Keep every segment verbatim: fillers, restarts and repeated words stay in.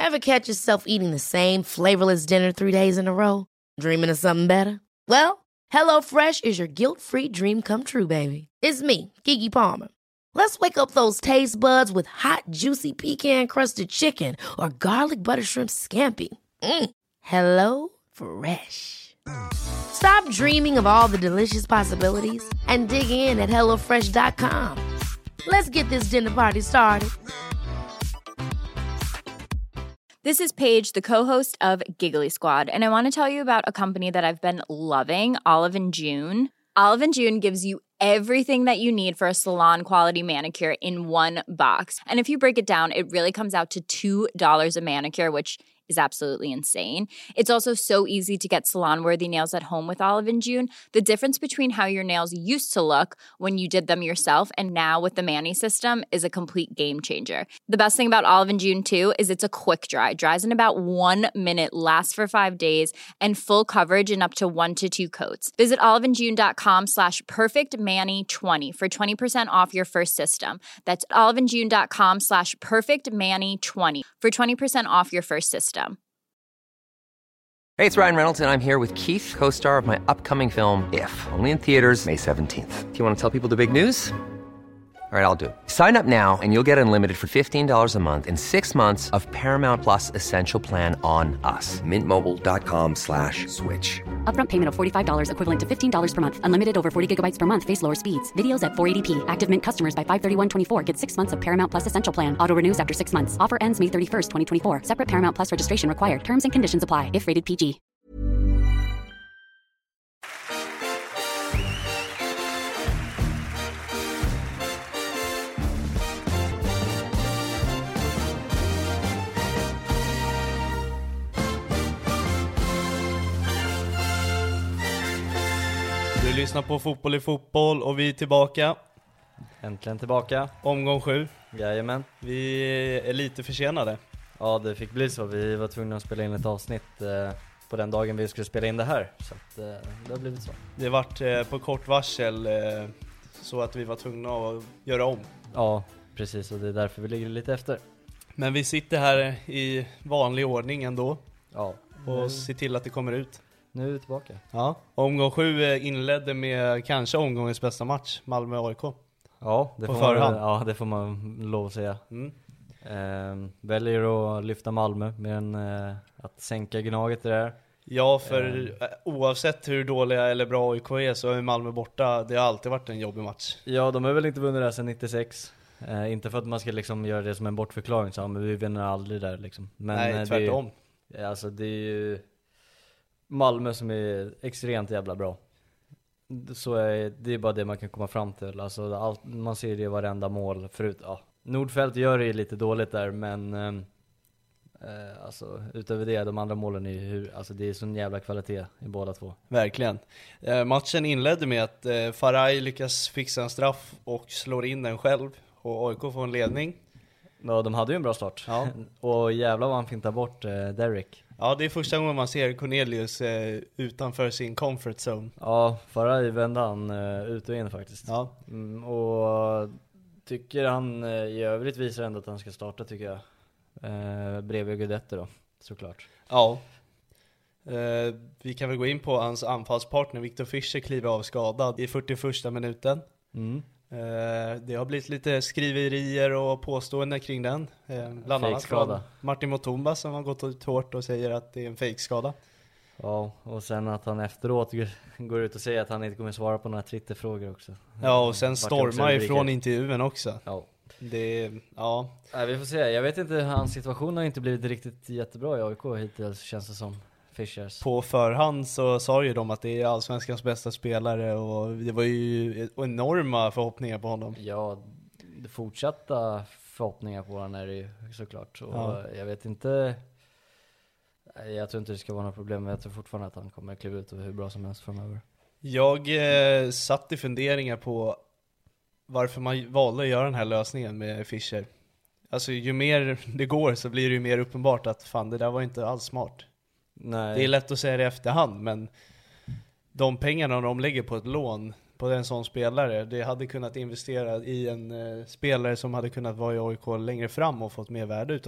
Ever catch yourself eating the same flavorless dinner three days in a row? Dreaming of something better? Well, HelloFresh is your guilt-free dream come true, baby. It's me, Keke Palmer. Let's wake up those taste buds with hot, juicy pecan-crusted chicken or garlic butter shrimp scampi. Mm. Hello Fresh. Stop dreaming of all the delicious possibilities and dig in at hello fresh dot com. Let's get this dinner party started. This is Paige, the co-host of Giggly Squad, and I want to tell you about a company that I've been loving, Olive and June. Olive and June gives you everything that you need for a salon-quality manicure in one box. And if you break it down, it really comes out to two dollars a manicure, which is absolutely insane. It's also so easy to get salon-worthy nails at home with Olive and June. The difference between how your nails used to look when you did them yourself and now with the Mani system is a complete game changer. The best thing about Olive and June, too, is it's a quick dry. Dries in about one minute, lasts for five days, and full coverage in up to one to two coats. Visit oliveandjune.com slash perfectmani20 for twenty percent off your first system. That's oliveandjune.com slash perfectmani20 for twenty percent off your first system. Hey, it's Ryan Reynolds, and I'm here with Keith, co-star of my upcoming film, If, only in theaters May seventeenth. Do you want to tell people the big news? All right, I'll do it. Sign up now and you'll get unlimited for fifteen dollars a month and six months of Paramount Plus Essential Plan on us. Mint Mobile dot com slash switch. Upfront payment of forty-five dollars equivalent to fifteen dollars per month. Unlimited over forty gigabytes per month. Face lower speeds. Videos at four eighty p. Active Mint customers by five thirty-one twenty-four get six months of Paramount Plus Essential Plan. Auto renews after six months. Offer ends May thirty-first, twenty twenty-four. Separate Paramount Plus registration required. Terms and conditions apply if rated P G. Du lyssnar på Fotboll i fotboll och vi är tillbaka. Äntligen tillbaka. Omgång sju. Jajamän. Vi är lite försenade. Ja, det fick bli så. Vi var tvungna att spela in ett avsnitt eh, på den dagen vi skulle spela in det här. Så att, eh, det har blivit så. Det har varit eh, på kort varsel eh, så att vi var tvungna att göra om. Ja, precis. Och det är därför vi ligger lite efter. Men vi sitter här i vanlig ordning ändå. Ja. Och nu, ser till att det kommer ut. Nu är vi tillbaka. Ja. Omgång sju inledde med kanske omgångens bästa match. Malmö-A I K. Ja, det på får förhand. Man, ja, det får man lov att säga. Mm. Eh, väljer att lyfta Malmö men eh, att sänka Gnaget där. Ja, för eh. oavsett hur dåliga eller bra A I K är så är Malmö borta. Det har alltid varit en jobbig match. Ja, de har väl inte vunnit där sedan nittiosex. Eh, inte för att man ska liksom göra det som en bortförklaring, så, men vi vinner aldrig där liksom. Men, Nej, eh, tvärtom. Det är, alltså det är ju Malmö som är extremt jävla bra. Så är, det är bara det man kan komma fram till. Alltså, allt, man ser det i varenda mål förut. Ja. Nordfält gör det lite dåligt där, men eh, alltså, utöver det, de andra målen är ju, alltså, det är sån jävla kvalitet i båda två. Verkligen. Eh, matchen inledde med att eh, Faraj lyckas fixa en straff och slår in den själv. Och A I K får en ledning. Ja, de hade ju en bra start. Ja. Och jävlar vad han fintar bort eh, Derek. Ja, det är första gången man ser Cornelius eh, utanför sin comfort zone. Ja, Faraj vände han eh, ut och in faktiskt. Ja. Mm, och tycker han eh, i övrigt visar ändå att han ska starta, tycker jag. Eh, bredvid Guidetti då, såklart. Ja. Eh, vi kan väl gå in på hans anfallspartner Viktor Fischer kliver av skadad i fyrtioförsta minuten. Mm. Eh, det har blivit lite skriverier och påståenden kring den. Eh, bland annat från Martin Mutumba som har gått ut hårt och säger att det är en fejkskada. Ja, och sen att han efteråt går ut och säger att han inte kommer svara på några Twitterfrågor också. Ja, och sen stormar ifrån intervjun också. Ja. Det, ja. Nej, vi får se. Jag vet inte, hans situation har inte blivit riktigt jättebra i A I K hittills, känns det som. Fishers. På förhand så sa ju de att det är allsvenskans bästa spelare och det var ju enorma förhoppningar på honom. Ja, det fortsatta förhoppningar på honom är det ju såklart. Och ja. Jag vet inte, jag tror inte det ska vara något problem, men jag tror fortfarande att han kommer kliva ut och hur bra som helst framöver. Jag eh, satt i funderingar på varför man valde att göra den här lösningen med Fischer. Alltså ju mer det går så blir det ju mer uppenbart att fan, det där var inte alls smart. Nej. Det är lätt att säga det i efterhand, men de pengarna de lägger på ett lån på en sån spelare, det hade kunnat investera i en eh, spelare som hade kunnat vara i A I K längre fram och fått mer värde utav det.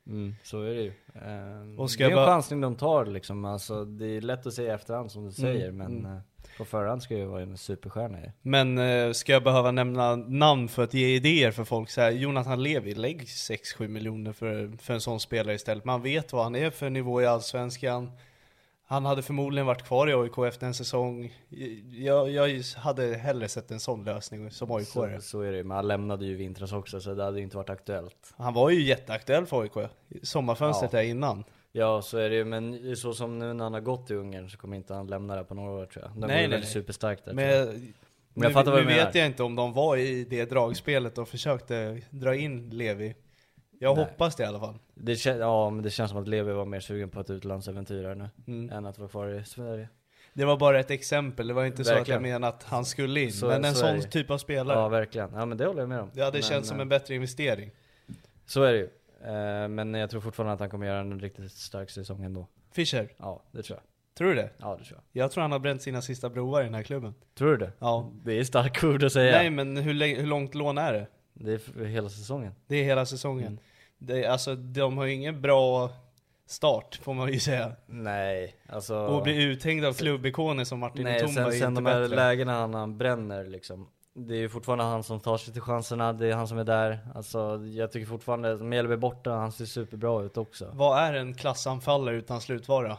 Mm, så är det ju. Um, Och ska det är en bara... chansning de tar liksom. Alltså, det är lätt att säga i efterhand som du säger, Mm, men mm. Uh, på förhand ska ju vara en superstjärna ju. Men uh, ska jag behöva nämna namn för att ge idéer för folk så här, Jonathan Levi, lägg sex sju miljoner för, för en sån spelare istället. Man vet vad han är för nivå i Allsvenskan. Han hade förmodligen varit kvar i A I K efter en säsong. Jag, jag hade hellre sett en sån lösning som A I K. Så, så är det, men han lämnade ju vintras också, så det hade ju inte varit aktuellt. Han var ju jätteaktuell för A I K, sommarfönstret Ja. där innan. Ja, så är det ju, men så som nu när han har gått till Ungern så kommer inte han lämna det på några år, tror jag. De Nej, var nej, väldigt nej. superstarkt där. Men, tror jag. men Men jag nu, fattar vad nu du menar. vet jag inte om de var i det dragspelet och försökte dra in Levi. Jag Nej. hoppas det i alla fall. Det kän- ja, men det känns som att Levi var mer sugen på ett utlandsäventyr nu Mm. än att vara kvar i Sverige. Det var bara ett exempel, det var inte så att Verkligen. jag menade att han skulle in. Så- men en så är sån det. typ av spelare, Ja, verkligen. Ja, men det håller jag med om. det hade men, känts som eh, en bättre investering. Så är det ju. Eh, men jag tror fortfarande att han kommer göra en riktigt stark säsong ändå. Fischer, Ja, det tror jag. tror du det? Ja, det tror jag. Jag tror han har bränt sina sista broar i den här klubben. Tror du det? Ja. Det är starkt ord att säga. Nej, men hur, lä- hur långt lån är det? Det är för hela säsongen. Det är hela säsongen. Mm. Det är, alltså, de har ju ingen bra start, får man ju säga. Nej, alltså... Och bli uthängd av klubbikoner som Martin Nej, Otumba sen, är sen inte de här bättre. lägena han, han bränner liksom. Det är ju fortfarande han som tar sig till chanserna, det är han som är där. Alltså jag tycker fortfarande, Mjällby borta, han ser superbra ut också. Vad är en klassanfallare utan slutvara?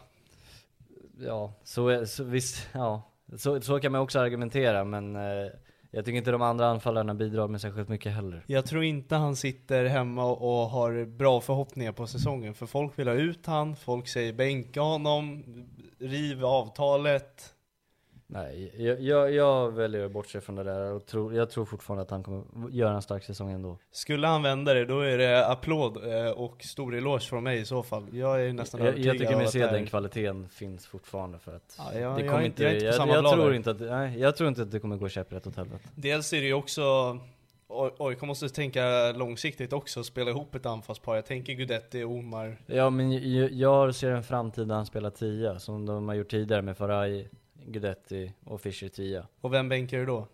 Ja, så, är, så visst, ja. Så, så kan man också argumentera, men eh, jag tycker inte de andra anfallarna bidrar med särskilt mycket heller. Jag tror inte han sitter hemma och har bra förhoppningar på säsongen. För folk vill ha ut han, folk säger bänka honom, riv avtalet. Nej, jag, jag, jag väljer att bortse från det där och tror, jag tror fortfarande att han kommer göra en stark säsong ändå. Skulle han vända det, då är det applåd eh, och stor eloge från mig i så fall. Jag är nästan Jag, övertygad jag tycker av mig att se det är- den kvaliteten finns fortfarande för att Ja, jag- det jag kommer är inte, inte- jag är inte på jag, samma jag, blad tror där. inte att, nej, jag tror inte att det kommer gå käpprätt åt helvete. Dels är det ju också, A I K måste tänka långsiktigt också, spela ihop ett anfallspar. Jag tänker Gudetti och Omar. Ja, men jag, jag ser en framtid där han spelar tia, som de har gjort tidigare med Faraj, Gudetti och Fischer tia. Och vem bänkar du då?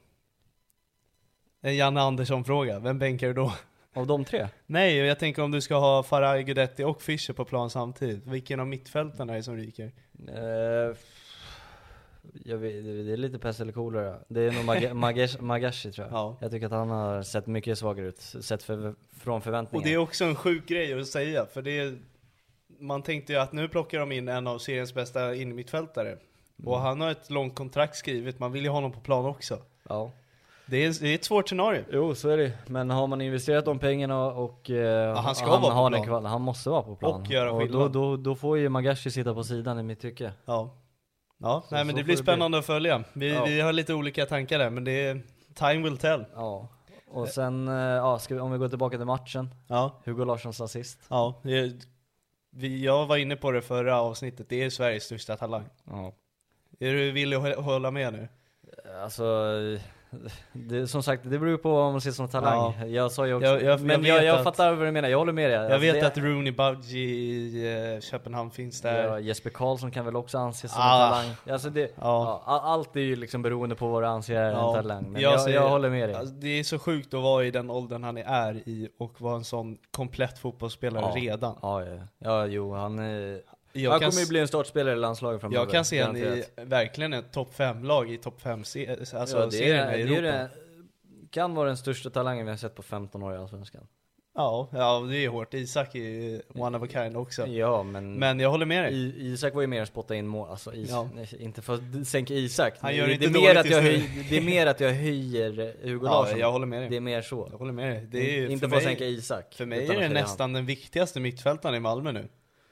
En Janne Andersson-fråga, vem bänkar du då? Av de tre? Nej, jag tänker om du ska ha Faraj, Gudetti och Fischer på plan samtidigt. Vilken av mittfältarna är som ryker? Eh, jag vet, det är lite pest eller kolera. Det är nog Mag- Magash, Magashi tror jag. Ja. Jag tycker att han har sett mycket svagare ut, sett för, från förväntningar. Och det är också en sjuk grej att säga, för det är, man tänkte ju att nu plockar de in en av seriens bästa innermittfältare. Mm. Och han har ett långt kontrakt skrivet, man vill ju ha honom på plan också. Ja. Det är, det är ett svårt scenario. Jo, så är det. Men har man investerat de pengarna och eh, han ska han, vara på har plan. den kval- han måste vara på plan. Och göra då, skillnad. då, då får ju Magashi sitta på sidan i mitt tycke. Ja, ja Så- nej, men så det får blir det spännande att följa. Vi, Ja. vi har lite olika tankar där, men det är time will tell. Ja. Och sen, eh, ja, ska vi, om vi går tillbaka till matchen. Ja, Hugo Larssons assist. ja. Det, vi, jag var inne på det förra avsnittet, det är Sveriges största talang. Ja. Är du villig att hå- hålla med nu? Alltså, det, som sagt, det beror ju på om man ser som talang. Ja. Jag sa ju också, Jag- jag- men jag jag, vet jag, att- fattar vad du menar, jag håller med dig. Jag Alltså, vet det, att Rooney Budgie i eh, Köpenhamn finns där. ja, Jesper Karlsson kan väl också anses som Ah. en talang. Alltså det, ja. all- allt är ju liksom beroende på vad du anser är Ja. en talang. Men Jag jag, säger- jag håller med dig. Alltså, det är så sjukt att vara i den åldern han är i och vara en sån komplett fotbollsspelare Ja. redan. Ja, ja, ja, jo, han är... Jag han kan, kommer ju s- bli en startspelare i landslaget framöver. jag kan se en i garanterat. verkligen ett topp fem-lag i topp fem se, alltså Ja, det serierna är, i det är Europa. det, kan vara den största talangen vi har sett på femton år i Allsvenskan. Ja, ja, det är hårt. Isak är one of a kind också. Ja, men, Men jag håller med dig. I, Isak var ju mer att spotta in mål, alltså is, Ja. nej, inte för att sänka Isak. Han det, gör det, inte är mer dåligt att jag just nu. höj, det är mer att jag höjer Hugo Ja, Larsson. jag håller med dig. Det är mer så. Jag håller med dig. Det är, inte för för att mig, sänka Isak. för mig utan är att det höja nästan den viktigaste mittfältaren i Malmö nu. han.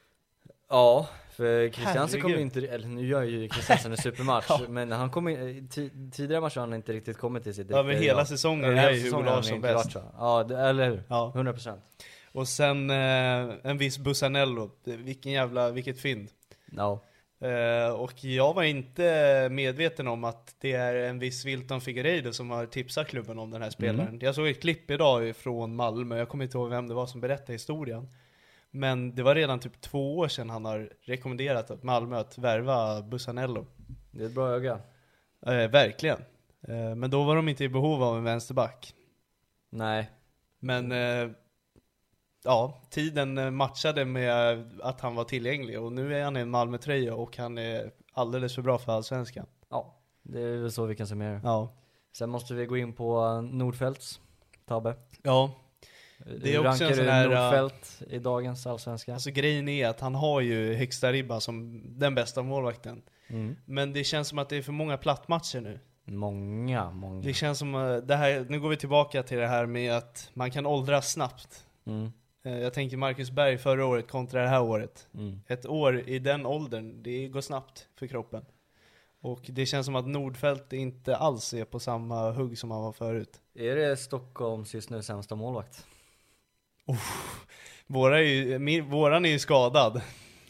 Ja, för Christiansen Herregud. kommer inte, eller nu gör ju Christiansen en supermatch, Ja. men han kommer, ti- tidigare matcher har han inte riktigt kommit till sitt Över riktiga hela jag. säsongen Över är hela ju Hugo säsongen är han Larsson en bäst. kvart, va? Ja, det, eller hur? Ja. hundra procent. Och sen eh, en viss Bussanello. Vilken jävla, vilket fynd. Ja. Eh, och jag var inte medveten om att det är en viss Wilton Figueiredo som har tipsat klubben om den här spelaren. Mm. Jag såg ett klipp idag från Malmö, jag kommer inte ihåg vem det var som berättade historien. Men det var redan typ två år sedan han har rekommenderat att Malmö att värva Bussanello. Det är ett bra öga. Eh, verkligen. Eh, men då var de inte i behov av en vänsterback. Nej. Men eh, ja, tiden matchade med att han var tillgänglig. Och nu är han i en Malmö-tröja och han är alldeles för bra för allsvenskan. Ja, det är väl så vi kan summera. Ja. Sen måste vi gå in på Nordfeldts, Tabbe. Ja. Det är Hur också rankar en sån du här, Nordfeldt i dagens allsvenska? Alltså grejen är att han har ju högsta ribba som den bästa målvakten. Mm. Men det känns som att det är för många plattmatcher nu. Många, många. Det känns som uh, det här, nu går vi tillbaka till det här med att man kan åldras snabbt. Mm. Uh, jag tänker Marcus Berg förra året kontra det här året. Mm. Ett år i den åldern, det går snabbt för kroppen. Och det känns som att Nordfeldt inte alls är på samma hugg som han var förut. Är det Stockholms just nu sämsta målvakt? Oh, våra är ju, min, våran är ju skadad.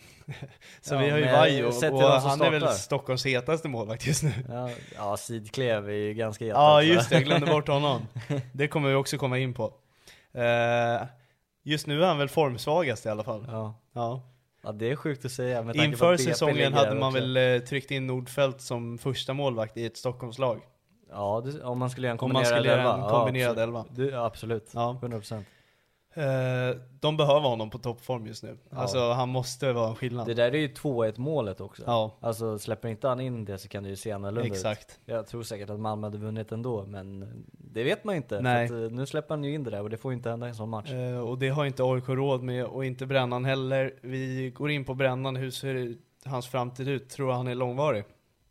Så Ja, vi har ju men Vajo och sett till de som han är väl startar. Stockholms hetaste målvakt just nu. Ja, ja Sidklev är ju ganska het. Ja också. just det, jag glömde bort honom. Det kommer vi också komma in på. uh, Just nu är han väl formsvagast i alla fall. Ja. Ja. Ja, det är sjukt att säga med tanke på Inför att B P säsongen ligger hade där man också. väl uh, tryckt in Nordfeldt som första målvakt i ett Stockholmslag. Ja, det, om man skulle göra en Om man kombinerad skulle göra elva. en kombinerad ja, elva. absolut. Du, ja, absolut. Ja. hundra procent. Uh, de behöver honom på toppform just nu. Ja. Alltså han måste vara en skillnad. Det där är ju två ett målet också. Ja. Alltså släpper inte han in det så kan det ju se annorlunda ut. Exakt. Jag tror säkert att Malmö hade vunnit ändå, men det vet man ju inte. Nej. För att, uh, nu släpper han ju in det där och det får ju inte hända i en sån match. Uh, och det har inte A I K råd med, och inte Brännan heller. Vi går in på Brännan, hur ser hans framtid ut? Tror han är långvarig?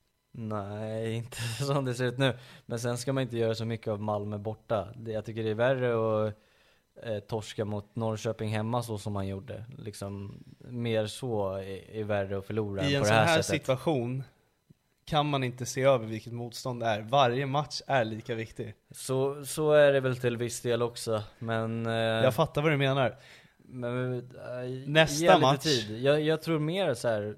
Nej, inte som det ser ut nu. Men sen ska man inte göra så mycket av Malmö borta. Det, jag tycker det är värre att eh, torska mot Norrköping hemma så som man gjorde. Liksom, mer så är, är värre att förlora I än en på sån det här, här sättet. situation kan man inte se över vilket motstånd det är. Varje match är lika viktig. Så, så är det väl till viss del också. Men, eh, Jag fattar vad du menar. men äh, Nästa ge lite match. tid. Jag, jag tror mer så här.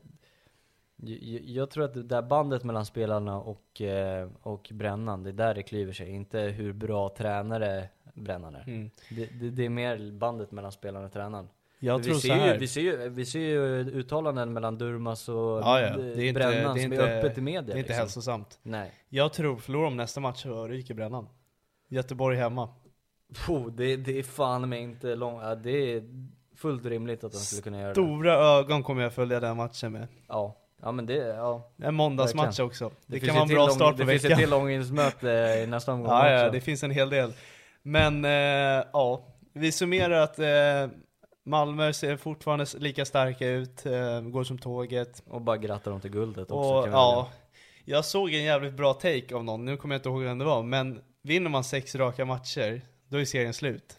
Jag, jag tror att det där bandet mellan spelarna och, eh, och Brännan, det är där det klyver sig. Inte hur bra tränare Brännan är. Mm. Det, det, det är mer bandet mellan spelarna och tränaren. Jag vi tror ser så här. Ju, vi, ser ju, vi ser ju uttalanden mellan Durmas och Ja, ja. Det är inte, Brännan det är som inte, är öppet i media. det är inte liksom. hälsosamt. Nej. Jag tror förlorar om nästa match så ryker Brännan. Göteborg hemma. Oh, det, det är fan med inte långt. Ja, det är fullt rimligt att de skulle kunna göra det. Stora ögon kommer jag följa den matchen med. Ja. Ja men det, ja. En måndagsmatch Verkligen. också. Det, Det, kan finns vara en ju bra till start lång, på det veckan. finns ett till långhinsmöte i nästa omgång Ja, ja, också. det finns en hel del. Men, eh, ja. Vi summerar att eh, Malmö ser fortfarande lika starka ut. Eh, går som tåget. Och bara grattar dem till guldet också. Och kan vi ja, jag såg en jävligt bra take av någon. Nu kommer jag inte ihåg vem det var. Men vinner man sex raka matcher, då är serien slut.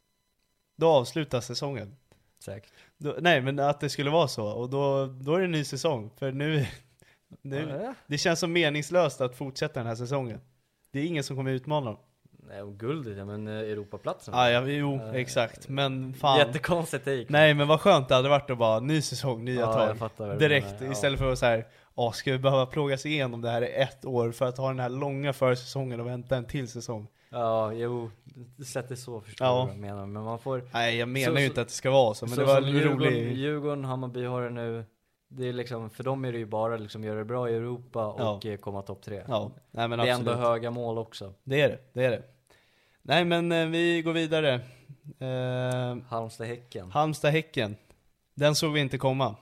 Då avslutas säsongen. Säkert. Då, nej, men att det skulle vara så. Och då, då är det en ny säsong. För nu, nu Ja. det känns så meningslöst att fortsätta den här säsongen. Det är ingen som kommer utmana dem. Nej, och guldet, ja men eh, Europaplatsen. Ah, ja, jo, Eh, exakt. Men fan. Jättekonstigt take. Nej, men vad skönt det hade varit att bara ny säsong, nya Ja, tag. jag fattar vad du Direkt, menar, ja. istället för att så här, ja, ska vi behöva plågas igenom det här i ett år för att ha den här långa försäsongen och vänta en till säsong? Ja, jo, sätt det så förstår Ja. jag vad jag menar. Men man får... Nej, jag menar Så- ju så- inte att det ska vara så, men så det var som en Djurgården, rolig... Djurgården, Hammarby har det nu. Det är liksom, för dem är det ju bara liksom göra det bra i Europa och Ja. eh, komma topp tre. Ja, nej men Det är absolut. ändå höga mål också. Det är det, det är det. Nej men eh, vi går vidare. Eh, Halmstad-Häcken. Halmstad-Häcken. Den såg vi inte komma.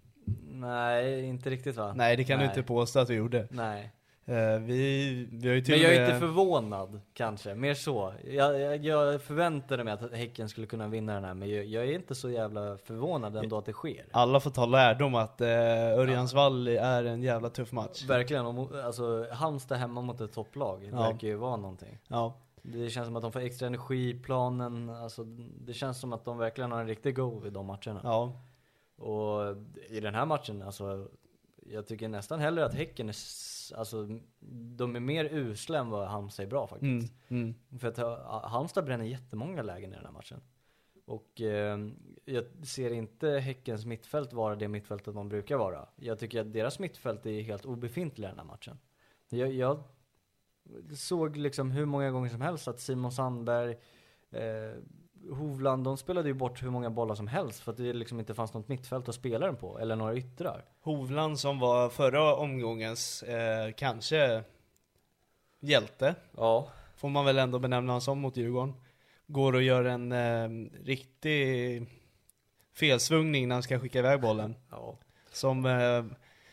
Nej, inte riktigt va? Nej, det kan Nej. du inte påstå att vi gjorde. Nej. Eh, vi, vi har ju till Men och jag är med- inte förvånad kanske, mer så. Jag, jag, jag förväntade mig att Häcken skulle kunna vinna den här, men jag, jag är inte så jävla förvånad ändå att det sker. Alla får ta lärdom att eh, Örjansvall är en jävla tuff match. Verkligen, och, alltså Halmstad hemma mot ett topplag, det Ja. verkar ju vara någonting. Ja. Det känns som att de får extra energi i planen, alltså det känns som att de verkligen har en riktig go i de matcherna. Ja. Och i den här matchen, alltså jag tycker nästan hellre att Häcken är, s- alltså de är mer usla än vad Halmstad är bra faktiskt. Mm. Mm. För att ha- Halmstad bränner jättemånga lägen i den här matchen. Och eh, jag ser inte Häckens mittfält vara det mittfältet de brukar vara. Jag tycker att deras mittfält är helt obefintliga i den här matchen. Jag, jag såg liksom hur många gånger som helst att Simon Sandberg, eh, Hovland, de spelade ju bort hur många bollar som helst för att det liksom inte fanns något mittfält att spela den på, eller några yttrar. Hovland som var förra omgångens eh, kanske hjälte, Ja. får man väl ändå benämna honom som mot Djurgården. går och gör en eh, riktig felsvungning när han ska skicka iväg bollen. Ja. Som eh,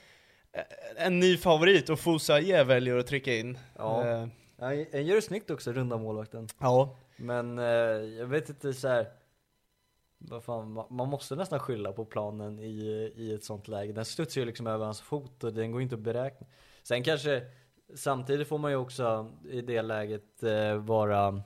en ny favorit, och Fosaie väljer att trycka in. Ja. Eh, Han han gör det snyggt också, runda målvakten. ja. Men eh, jag vet inte så här. Vad fan, ma- man måste nästan skylla på planen i, i ett sånt läge. Den studsar ju liksom över hans fot och den går inte att beräkna. Sen kanske, samtidigt får man ju också i det läget eh, vara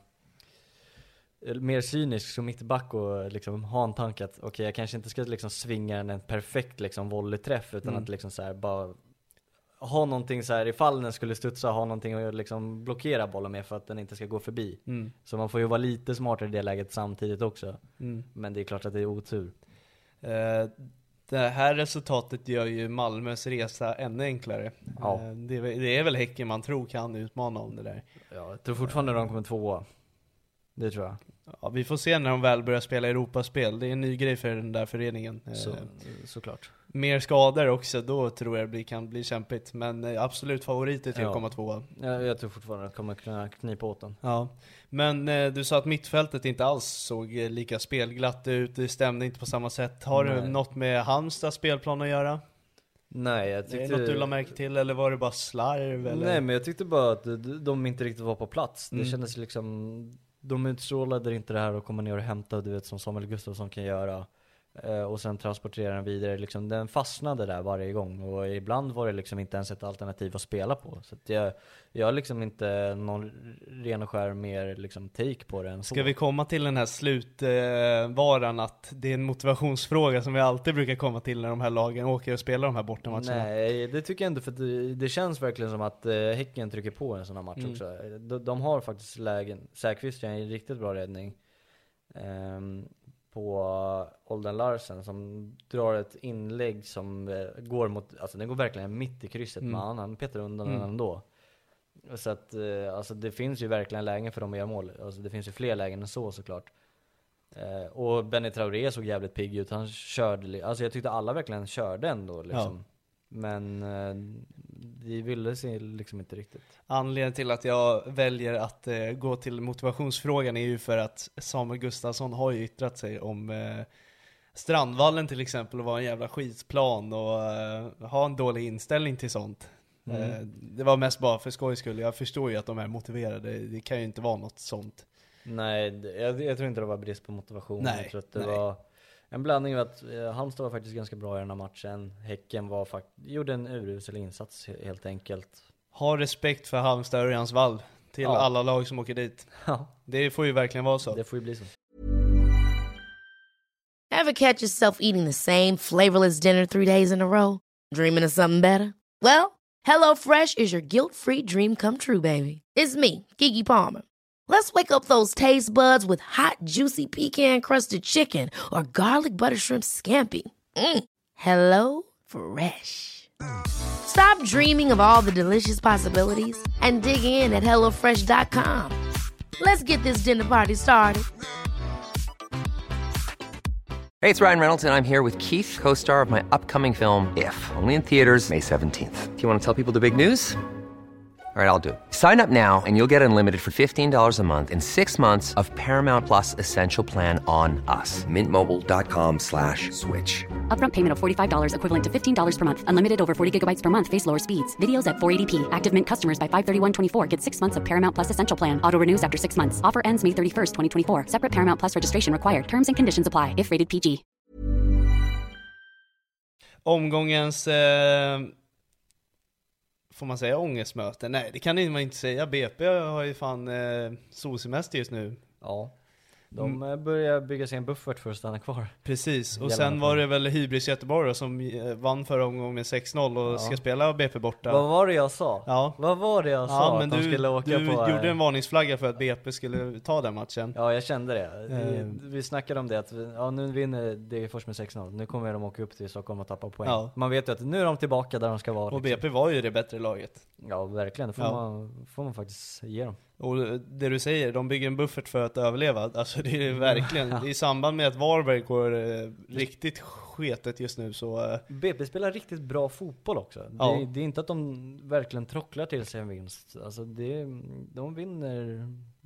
mer cynisk som mittback och liksom ha en tanke att okej, okay, jag kanske inte ska liksom svinga den en perfekt liksom volleyträff, utan Mm. att liksom så här bara ha någonting så här, ifall den skulle studsa, ha någonting att liksom blockera bollen med för att den inte ska gå förbi. Mm. Så man får ju vara lite smartare i det läget samtidigt också. Mm. Men det är klart att det är otur. Eh, det här resultatet gör ju Malmös resa ännu enklare. Ja. Eh, det, är, det är väl Häcken man tror kan utmana om det där. Ja, jag tror fortfarande de kommer tvåa. Det tror jag. Ja, vi får se när de väl börjar spela Europaspel. Det är en ny grej för den där föreningen. Eh, Så, såklart. mer skador också, då tror jag det blir, kan bli kämpigt. Men eh, absolut favoriter till Ja. att komma tvåa. Jag, jag tror fortfarande att de kommer kunna knipa åt den. Ja. Men eh, du sa att mittfältet inte alls såg eh, lika spelglatt ut. Det stämde inte på samma sätt. Har Nej. du något med Halmstads spelplan att göra? Nej, jag Är det tyckte... något du la märke till, eller var det bara slarv? Eller? Nej, men jag tyckte bara att de, de inte riktigt var på plats. Mm. Det kändes liksom... De utstrålade inte det här att komma ner och hämta, du vet, som Samuel Gustafsson kan göra. Eh, och sen transportera den vidare. Liksom, den fastnade där varje gång. Och ibland var det liksom inte ens ett alternativ att spela på. Så att jag, jag har liksom inte någon ren och skär mer liksom take på det än så. Ska vi komma till den här slutvaran, eh, att det är en motivationsfråga som vi alltid brukar komma till när de här lagen åker och spelar de här bortamatcherna? Nej, det tycker jag inte, för det, det känns verkligen som att eh, Häcken trycker på en sån här match Mm. också. De, de har faktiskt lägen. Säkvist gör en riktigt bra räddning ehm, på Olden Larsen som drar ett inlägg som eh, går mot, alltså den går verkligen mitt i krysset, Mm. med annan petar undan Mm. den ändå. Så att eh, alltså det finns ju verkligen lägen för dem att göra mål. Alltså det finns ju fler lägen än så såklart. Eh, och Benny Traoré såg jävligt pigg ut. Han körde, li- alltså jag tyckte alla verkligen körde ändå liksom. Ja. Men eh, de ville se liksom inte riktigt. Anledningen till att jag väljer att eh, gå till motivationsfrågan är ju för att Samuel Gustafsson har ju yttrat sig om eh, Strandvallen till exempel, och var en jävla skitplan och eh, ha en dålig inställning till sånt. Mm. Eh, det var mest bara för skojs skull. Jag förstår ju att de är motiverade. Det kan ju inte vara något sånt. Nej, det- jag, jag tror inte det var brist på motivation. Nej, Jag tror att det nej. var en blandning av att eh, Halmstad var faktiskt ganska bra i den här matchen. Häcken var fakt- gjorde en urusel insats he- helt enkelt. Ha respekt för Halmstad och Örjans vall till Ja. alla lag som åker dit. Ja, Det får ju verkligen vara så. det får ju bli så. Ever catch yourself eating the same flavorless dinner three days in a row? Dreaming of something better? Well, HelloFresh is your guilt-free dream come true, baby. It's me, Keke Palmer. Let's wake up those taste buds with hot, juicy pecan-crusted chicken or garlic butter shrimp scampi. Mm. Hello Fresh. Stop dreaming of all the delicious possibilities and dig in at hello fresh dot com. Let's get this dinner party started. Hey, it's Ryan Reynolds, and I'm here with Keith, co-star of my upcoming film, If, only in theaters May seventeenth. Do you want to tell people the big news? All right, I'll do it. Sign up now and you'll get unlimited for fifteen dollars a month and six months of Paramount Plus Essential Plan on us. Mint Mobile dot com slash switch. Upfront payment of forty-five dollars equivalent to fifteen dollars per month. Unlimited over forty gigabytes per month. Face lower speeds. Videos at four eighty p. Active Mint customers by five thirty-one twenty-four get six months of Paramount Plus Essential Plan. Auto renews after six months. Offer ends May thirty-first, twenty twenty-four. Separate Paramount Plus registration required. Terms and conditions apply if rated P G. Omgångens, eh, får man säga ångestmöte? Nej, det kan man inte säga. B P har ju fan eh, solsemester just nu. Ja, de mm. börjar bygga sig en buffert för att stanna kvar. Precis, och Gällande sen var för- det väl Hybris Göteborg då, som eh, vann förra omgången med sex noll och Ja. ska spela B P borta. Vad var det jag sa? Ja. Vad var det jag sa? Ja, men att de du, skulle åka du på... gjorde en varningsflagga för att B P skulle ta den matchen. Ja, jag kände det. Vi, Eh. vi snackade om det, att vi, ja, nu vinner Degerfors med sex noll. Nu kommer de åka upp till Stockholm och tappa poäng. Ja. Man vet ju att nu är de tillbaka där de ska vara. Och B liksom. P var ju det bättre laget. Ja, verkligen. Det får, Ja. Man, får man faktiskt ge dem. Och det du säger, de bygger en buffert för att överleva. Alltså det är verkligen, i samband med att Varberg går eh, riktigt sketet just nu så... Eh, B P spelar riktigt bra fotboll också. Ja. Det, det är inte att de verkligen trocklar till sig en vinst. Alltså det, de vinner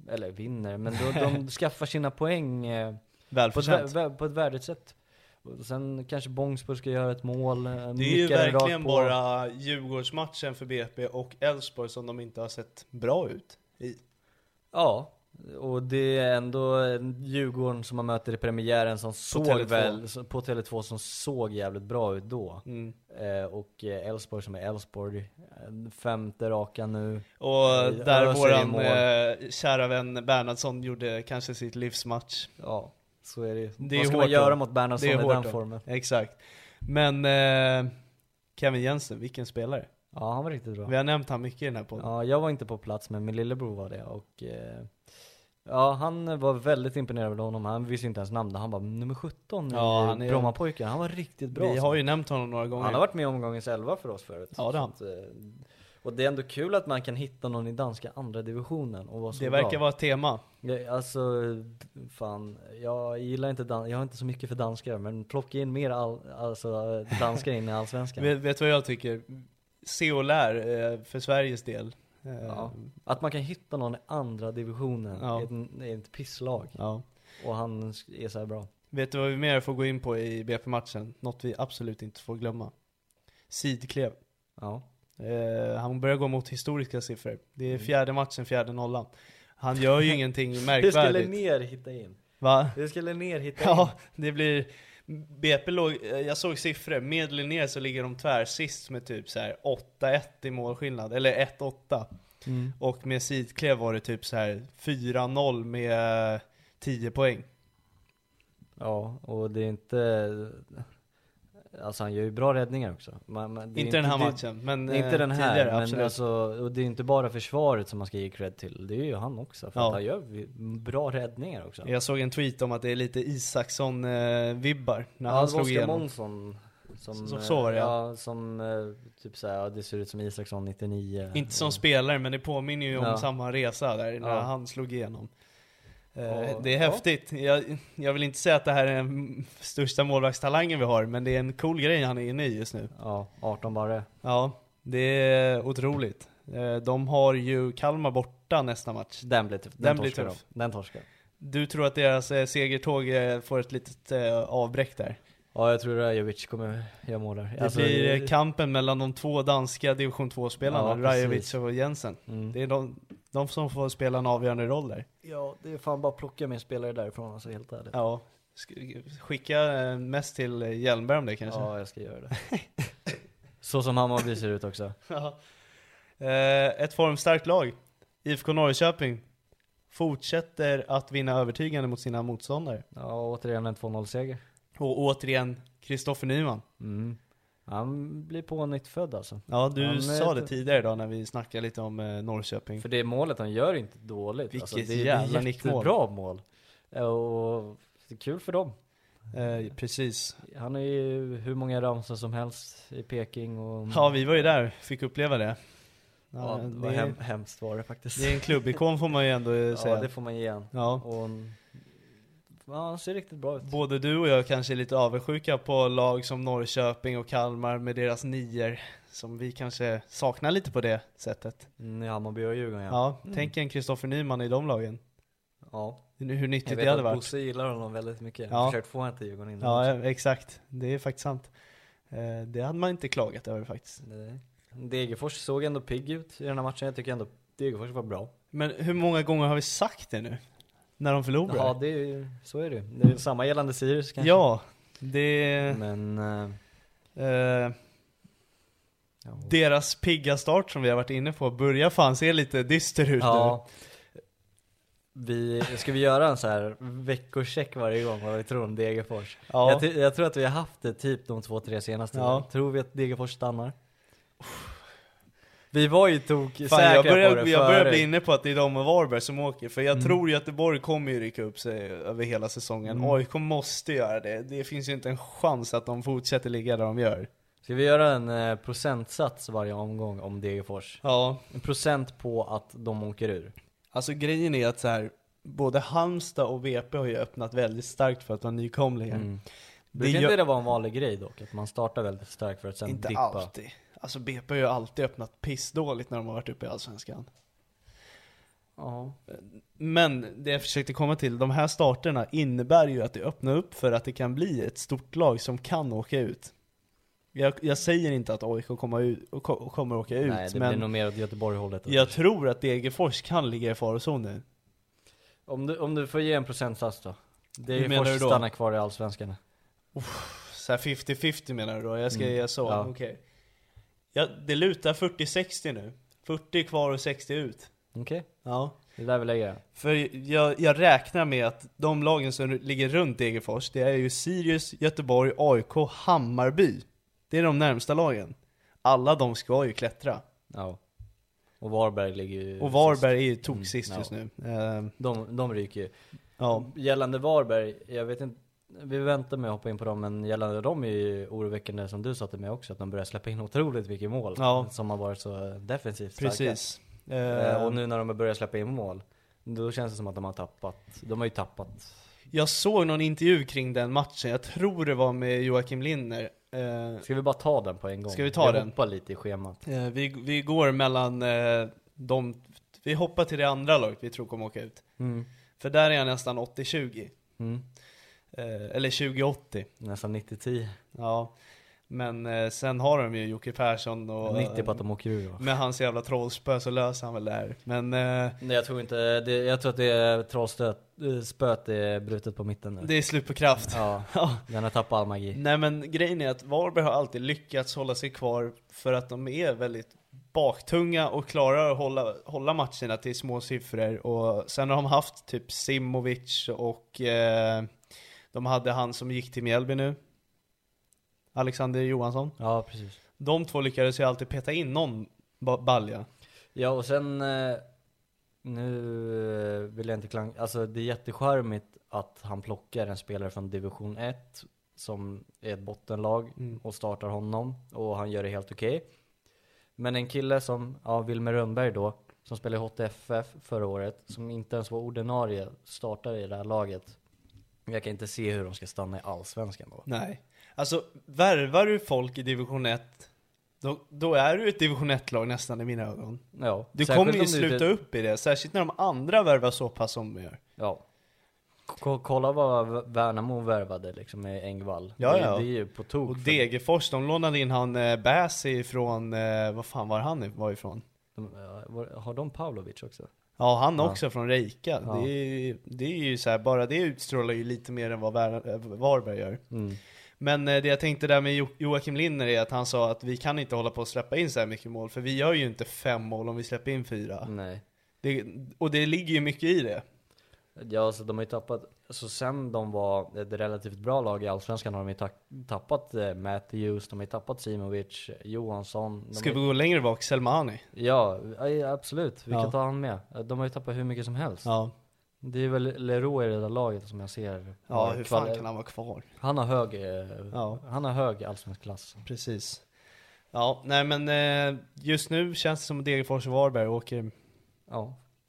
eller vinner, men då, de skaffar sina poäng eh, på, Välförtjänt. ett, vä- på ett värdigt sätt. Och sen kanske Bångsborg ska göra ett mål. Det är ju verkligen bara Djurgårdsmatchen för B P och Elfsborg som de inte har sett bra ut i. Ja, och det är ändå Djurgården som man möter i premiären som såg Tele två. väl på Tele två som såg jävligt bra ut då. Mm. Eh, och Elfsborg som är Elfsborg, femte raka nu. Och Eh, där öser i våran mål. eh, kära vän Bernhardsson gjorde kanske sitt livsmatch. Ja, så är det. Det är Vad ska hårt man göra då. mot Bernhardsson Det är i hårt den då. formen? Exakt. Men eh, Kevin Jensen, vilken spelare. Ja, han var riktigt bra. Vi har nämnt han mycket i den här podden. Ja, jag var inte på plats, men min lillebror var det. Och eh, ja, han var väldigt imponerad av honom. Han visste inte ens namn. Han var nummer sjutton Ja, i han är- Brommapojken. Han var riktigt bra. Vi så. har ju nämnt honom några gånger. Han har varit med om omgångens elva för oss förut. Ja, det har han. Så att, eh, och det är ändå kul att man kan hitta någon i danska andra divisionen och vara så Det bra. verkar vara ett tema. Ja, alltså, fan, jag gillar inte dan- jag har inte så mycket för danskar, men plocka in mer all- alltså, danskar in i allsvenskan. Vet, vet du vad jag tycker? Se och lär eh, för Sveriges del. Eh, Ja. Att man kan hitta någon i andra divisionen Ja. i ett, i ett pisslag ja. och han är så här bra. Vet du vad vi mer får gå in på i B P-matchen? Något vi absolut inte får glömma. Sidklev. Ja. Eh, han börjar gå mot historiska siffror. Det är fjärde matchen, fjärde nollan. Han gör ju ingenting Hur skulle märkvärdigt. ner hitta in? Va? Hur skulle ner hitta Ja, in? det blir... B P låg, jag såg siffror, med Linnér så ligger de tvär sist med typ så här åtta ett i målskillnad, eller ett åtta. Mm. Och med Sidklev var det typ så här fyra noll med tio poäng. Ja, och det är inte... Alltså han gör ju bra räddningar också. Man, man, det är Inte den här det- matchen, men Det är inte eh, den här, tidigare, men absolut. alltså, och det är inte bara försvaret som man ska ge cred till. Det är ju han också, för Ja. att han gör bra räddningar också. Jag såg en tweet om att det är lite Isaksson-vibbar när Ja, han det var slog Oskar igenom. Månsson som, Så- så var det, ja. ja. Som eh, typ såhär, ja, det ser ut som Isaksson nittionio. Inte som och, spelare, men det påminner ju om Ja. samma resa där när Ja. han slog igenom. Eh, Ja. det är häftigt. Jag, jag vill inte säga att det här är den största målvaktstalangen vi har, men det är en cool grej han är inne i just nu. Ja, arton bara. Ja, det är otroligt. Eh, de har ju Kalmar borta nästa match. Den blir tuff. Den, Den blir torskar tuff. de. Den torskar. Du tror att deras eh, segertåg eh, får ett litet eh, avbräck där? Ja, jag tror Rajovic kommer göra mål där. Det Alltså, blir eh, kampen mellan de två danska division två-spelarna, Ja, Rajovic precis. och Jensen. Mm. Det är de, de som får spela en avgörande roll där. Ja, det är fan bara plocka med spelare därifrån, alltså helt ärligt. Ja, sk- skicka eh, mest till eh, Hjelmberg om det kanske. Ja, jag ska göra det. Så som Hammarby ser ut också. Ja. Eh, ett formstarkt lag, I F K Norrköping, fortsätter att vinna övertygande mot sina motståndare. Ja, återigen en två noll-seger. Och återigen, Kristoffer Nyman. Mm. Han blir på nytt född alltså. Ja, du Han är sa ett- det tidigare idag när vi snackade lite om eh, Norrköping. För det målet han gör är inte dåligt. Vilket alltså, det, jävla det är nickmål. jättebra mål. Ja, och det är kul för dem. Eh, precis. Han är ju hur många ramsor som helst i Peking och... Ja, vi var ju där, fick uppleva det. Ja, Ja, det var det, hem, är, hemskt var det faktiskt. det är en klubbikon får man ju ändå eh, säga. Ja, det får man ge igen. Ja. Och, ja, han ser riktigt bra ut. Både du och jag kanske är lite avundsjuka på lag som Norrköping och Kalmar med deras nior, som vi kanske saknar lite på det sättet. Mm, i Hammarby och Djurgården, ja. Ja, Mm. tänk en Kristoffer Nyman i de lagen. Ja. Hur Jag nyttigt vet det hade att varit. Bosse gillar honom väldigt mycket. Ja. Jag har försökt få honom till Djurgården innan Ja, också. ja, exakt. Det är faktiskt sant. Eh, det hade man inte klagat över faktiskt. Det- Degerfors såg ändå pigg ut i den här matchen. Jag tycker ändå Degerfors var bra. Men hur många gånger har vi sagt det nu? När de förlorar? Ja, det är, ju- så är det ju. Det är samma gällande Sirius kanske. Ja, det... Men... eh, Eh, ja. deras pigga start som vi har varit inne på börjar fan se lite dyster ut nu. Ja. Vi, ska vi göra en så här veckocheck varje gång vad vi tror om Degerfors? Ja. Jag, ty- jag tror att vi har haft det typ de två, tre senaste. Ja. Tror vi att Degerfors stannar? Vi var ju tok Fan, säkra jag börjar, på det jag börjar förut. bli inne på att det är de och Varberg som åker. För jag Mm. tror Göteborg kommer ju rycka upp sig över hela säsongen. Mm. A I K måste göra det. Det finns ju inte en chans att de fortsätter ligga där de gör. Ska vi göra en eh, procentsats varje omgång om Degerfors? Ja, En procent på att de åker ur. alltså grejen är att så här, både Halmstad och V P har ju öppnat väldigt starkt för att vara nykomlingar. Mm. Det Brukar gör- inte det vara en vanlig grej dock? Att man startar väldigt starkt för att sen Inte dippa? alltid. Alltså B P har ju alltid öppnat pissdåligt när de har varit uppe i Allsvenskan. Ja. Men det jag försökte komma till, de här starterna innebär ju att det öppnar upp för att det kan bli ett stort lag som kan åka ut. Jag, jag säger inte att A I K kommer, ut, kommer åka ut. Nej, det men blir nog mer åt Göteborg-hållet. Jag tror att Degerfors kan ligga i farozonen. Om du, om du får ge en procentsats då? Degerfors stannar kvar i Allsvenskan. Uff, så här fifty fifty menar du då? Jag ska Mm. ge så, Ja. okej okay. Ja, det lutar fyrtio sextio nu. fyrtio kvar och sextio ut. Okej, okay. Ja. Det är där vi lägger. För jag, jag räknar med att de lagen som ligger runt Degerfors, det är ju Sirius, Göteborg, A I K, Hammarby. Det är de närmsta lagen. Alla de ska ju klättra. Ja. Och Varberg ligger ju Och Varberg är ju mm, tok sist ja. just nu. Uh, de, de ryker ju. Ja. Gällande Varberg, jag vet inte, vi väntar med att hoppa in på dem, men gällande dem är ju oroväckande som du sa till mig också, att de börjar släppa in otroligt mycket mål. Ja. Som har varit så defensivt starka. Precis. Uh, och nu när de börjar släppa in mål, då känns det som att de har tappat. De har ju tappat. Jag såg någon intervju kring den matchen. Jag tror det var med Joakim Linner. Uh, Ska vi bara ta den på en gång? Ska vi ta jag den? Hoppa lite i schemat. Uh, vi, vi går mellan uh, de... Vi hoppar till det andra laget vi tror kommer åka ut. Mm. För där är jag nästan åttio tjugo. Mm. Uh, eller tjugo åttio. Nästan nittio tio. Ja. Men eh, sen har de ju Jocke Persson och nittio på att de åker ur. med hans jävla trollspö så löser han väl det här. Men eh, nej, jag tror inte det, jag tror att det är trollstöt spöet är brutet på mitten nu. det är slut på kraft. Ja, Ja. den har tappat all magi. Nej, men grejen är att Varberg har alltid lyckats hålla sig kvar för att de är väldigt baktunga och klarar att hålla, hålla matcherna till små siffror. Och sen har de haft typ Simovic och eh, de hade han som gick till Mjällby nu, Alexander Johansson. Ja, precis. De två lyckades ju alltid peta in någon ba- balja. Ja, och sen eh, nu eh, vill jag inte klang... Alltså det är jättecharmigt att han plockar en spelare från division ett som är ett bottenlag Mm. och startar honom, och han gör det helt okej. Men en kille som, ja, Wilmer Rönnberg då, som spelade i H T F F förra året, som inte ens var ordinarie startare i det här laget. Jag kan inte se hur de ska stanna i Allsvenskan då. Nej. Alltså, värvar du folk i division ett, då, då är du ett division ett-lag nästan i mina ögon. Ja, Du särskilt kommer ju om du sluta inte- upp i det, särskilt när de andra värvar så pass som de gör. Ja. K- kolla vad Värnamo värvade liksom med Engvall. Ja, det, ja. det är ju på tok. Och för- Degerfors, de lånade in han eh, Bäsi från, eh, vad fan var han var ifrån? De, ja, var- har de Pavlovic också? Ja, han Ja. också från Reika. Ja. Det, är, ju- det är ju så här, bara det utstrålar ju lite mer än vad Var- eh, Varberg gör. Mm. Men eh, det jag tänkte där med jo- Joakim Linner är att han sa att vi kan inte hålla på att släppa in så här mycket mål, för vi gör ju inte fem mål om vi släpper in fyra. Nej. Det, och det ligger ju mycket i det. Ja, så de har ju tappat, så sen de var ett relativt bra lag i Allsvenskan har de ju ta- tappat eh, Matthews, de har ju tappat Simovic, Johansson. De Ska har vi ju, gå längre bak, Selmani? ja, ja, absolut. Vi Ja. kan ta han med. De har ju tappat hur mycket som helst. Ja, Det är väl Leroy i det där laget som jag ser. ja har hur fan kval- kan han vara kvar? Han har hög, eh, Ja. han har hög allsvensk klass. Precis. Ja, nej men eh, just nu känns det som att Degerfors och Varberg åker Ja.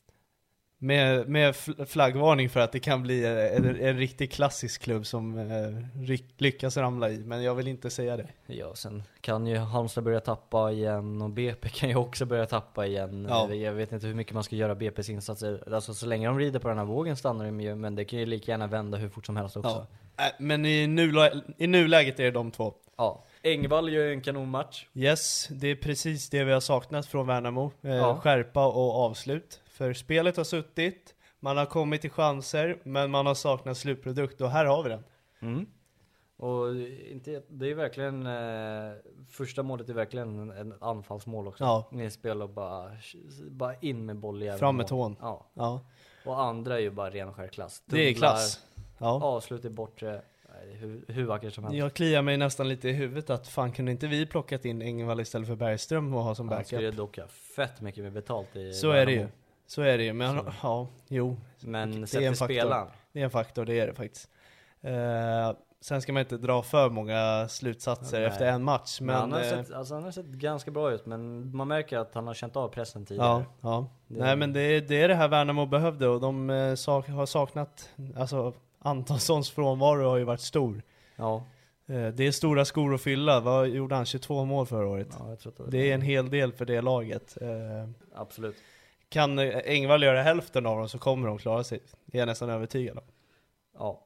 med, med fl- flaggvarning för att det kan bli en, en riktigt klassisk klubb som eh, ry- lyckas ramla i. Men jag vill inte säga det. Ja, sen kan ju Halmstad börja tappa igen och B P kan ju också börja tappa igen. Ja. Jag vet inte hur mycket man ska göra B P:s insatser. Alltså så länge de rider på den här vågen stannar de ju, men det kan ju lika gärna vända hur fort som helst också. Ja. Äh, men i, nula- i nuläget är det de två. Ja. Engvall gör ju en kanonmatch. Yes, det är precis det vi har saknat från Värnamo. Eh, Ja. Skärpa och avslut. För spelet har suttit, man har kommit till chanser, men man har saknat slutprodukt. Och här har vi den. Mm. Och inte, det är verkligen eh, första målet är verkligen en, en anfallsmål också. Ja. Ni spelar bara, bara in med boll i jävla Fram med mål. tån. Ja. Ja, Och andra är ju bara ren och skär klass. det är Tunnlar, klass. Ja. Avslut i bortre. Nej, hur, hur vackert som helst. Jag kliar mig nästan lite i huvudet att fan kunde inte vi plockat in Engvall istället för Bergström och ha som Han skulle backup. dock ha fett mycket mer betalt i Så är det ju. Värnamo. Så är det ju. Men Så. ja, jo. Men Det sett är en till faktor. spelaren. Det är en faktor, det är det faktiskt. Eh, sen ska man inte dra för många slutsatser Nej. efter en match. Men, Men, han, har eh, sett, alltså, han har sett ganska bra ut, men man märker att han har känt av pressen ja, tidigare. ja. Det- Nej men det, är- det är det här Värnamo behövde, och de eh, sak, har saknat, alltså Antonssons frånvaro har ju varit stor. Ja, Eh, det är stora skor att fylla. Vad gjorde han? tjugotvå mål förra året. ja jag tror att Det är en hel del för det laget. Eh, absolut. kan Engvall göra hälften av dem så kommer de klara sig. Det är jag nästan övertygad om. Ja.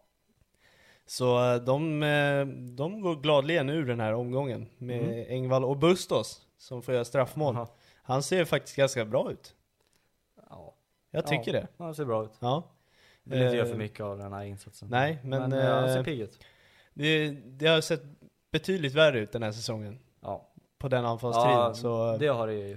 Så de, de går gladligen ur den här omgången med mm. Engvall och Bustos som får göra straffmål. Aha. Han ser faktiskt ganska bra ut. Ja. Jag tycker ja, det. Han ser bra ut. Ja. Vill inte göra för mycket av den här insatsen. Nej, men, men ja, han ser pigg ut. Det, det har sett betydligt värre ut den här säsongen. Ja. På den anfallstriden. Ja, så det har det ju.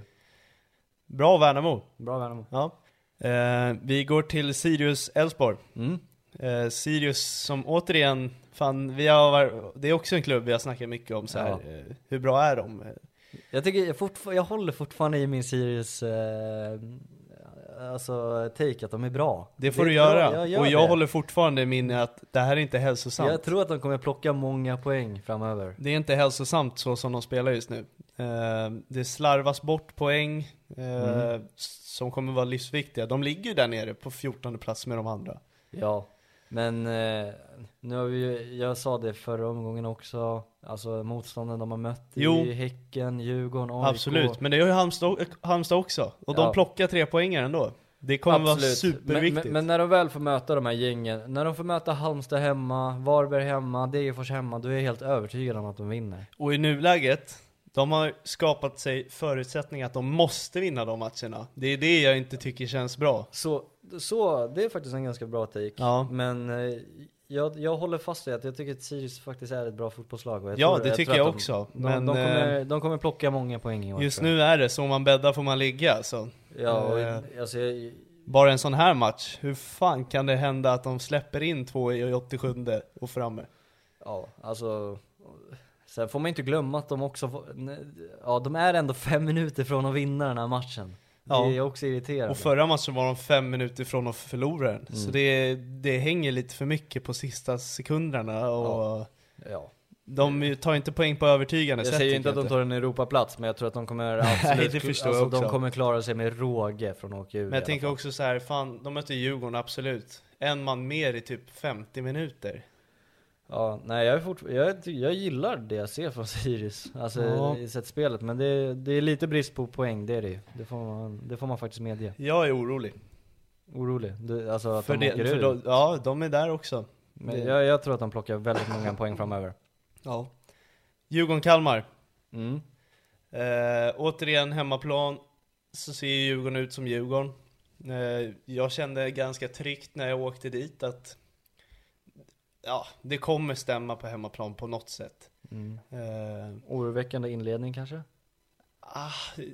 Bra Värnamo. Bra Värnamo. Ja. Eh, vi går till Sirius Elfsborg. Mm. Eh, Sirius som återigen, fan, vi har, det är också en klubb vi har snackat mycket om så här. Ja. Eh, hur bra är de? Jag tycker jag, fortfar- jag håller fortfarande i min Sirius eh, alltså take att de är bra. Det får det du göra. Jag gör och jag det. håller fortfarande i min att det här är inte hälsosamt. Jag tror att de kommer plocka många poäng framöver. Det är inte hälsosamt så som de spelar just nu. Eh, det slarvas bort poäng eh, mm. som kommer vara livsviktiga. De ligger ju där nere på fjortonde plats med de andra. Ja, men eh, nu har vi ju, jag sa det förra omgången också, alltså motstånden de har mött jo. i Häcken, Djurgården, A I K. Absolut, men det är ju Halmstad, Halmstad också. Och de ja. plockar tre poänger ändå. Det kommer Absolut. vara superviktigt. Men, men, men när de väl får möta de här gängen, när de får möta Halmstad hemma, Varberg hemma, Degerfors hemma, då är jag helt övertygad om att de vinner. Och i nuläget, de har skapat sig förutsättningar att de måste vinna de matcherna. Det är det jag inte tycker känns bra. Så, så det är faktiskt en ganska bra take. Ja. Men eh, jag, jag håller fast vid att jag tycker att Sirius faktiskt är ett bra fotbollslag. Och jag ja, tror, det jag tycker tror jag de, också. De, men, de, kommer, de kommer plocka många poäng i år. Just nu är det så, om man bäddar får man ligga. Så. Ja, och, eh, alltså, jag, bara en sån här match, hur fan kan det hända att de släpper in två i åttiosju och framme? Ja, alltså... Sen får man inte glömma att de också får, ja, de är ändå fem minuter från att vinna den här matchen. Ja. Det är också irriterande. Och förra matchen var de fem minuter från att förlora den. Mm. Så det, det hänger lite för mycket på sista sekunderna. Och ja. Ja. De tar inte poäng på övertygande sätt. Jag sätt, säger inte att de tar en Europaplats, men jag tror att de kommer absolut, Nej, det förstår alltså, jag också. De kommer klara sig med råge från att åka ur. Men jag tänker också så här, fan, de möter Djurgården absolut. En man mer i typ femtio minuter. Ja, nej, jag, är fort, jag, jag gillar det jag ser från Sirius, alltså ja. i sett spelet, men det, det är lite brist på poäng, det är det. Det får man, det får man faktiskt medge. Jag är orolig. Orolig? Du, alltså att för de det, för då, ja, de är där också. Men jag, jag tror att de plockar väldigt många poäng framöver. Ja. Djurgården-Kalmar. Mm. Eh, återigen hemmaplan, så ser Djurgården ut som Djurgården. Eh, jag kände ganska tryggt när jag åkte dit att ja, det kommer stämma på hemmaplan på något sätt. Mm. Eh, Oroväckande inledning kanske? Ah,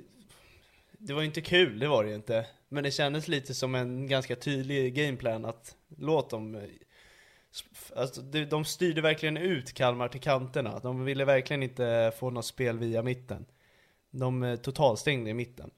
det var ju inte kul, det var det ju inte. Men det kändes lite som en ganska tydlig gameplan att låt dem... Alltså, de styrde verkligen ut Kalmar till kanterna. De ville verkligen inte få något spel via mitten. De totalstängde i mitten.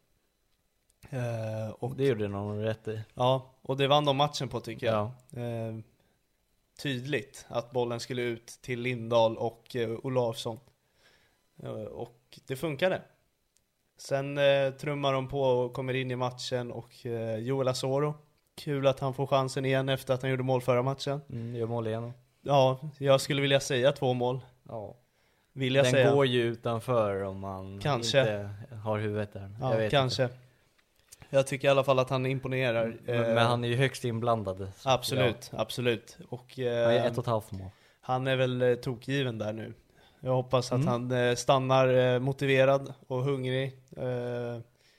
Eh, och, det gjorde någon rätt i. Ja, och det vann de matchen på tycker jag. Ja. Eh, tydligt att bollen skulle ut till Lindahl och eh, Olafsson. Eh, och det funkade. Sen eh, trummar de på och kommer in i matchen och eh, Joel Asoro. Kul att han får chansen igen efter att han gjorde mål förra matchen. Mm, gör mål igen. Ja, jag skulle vilja säga två mål. Ja. Vill jag Den säga. går ju utanför om man kanske. inte har huvudet där. Ja, jag vet kanske. Inte. Jag tycker i alla fall att han imponerar. Men, men han är ju högst inblandad. Absolut, ja. absolut. Och, eh, han är ett och ett halvt mål. Han är väl eh, tokgiven där nu. Jag hoppas att mm. han eh, stannar eh, motiverad och hungrig. Eh,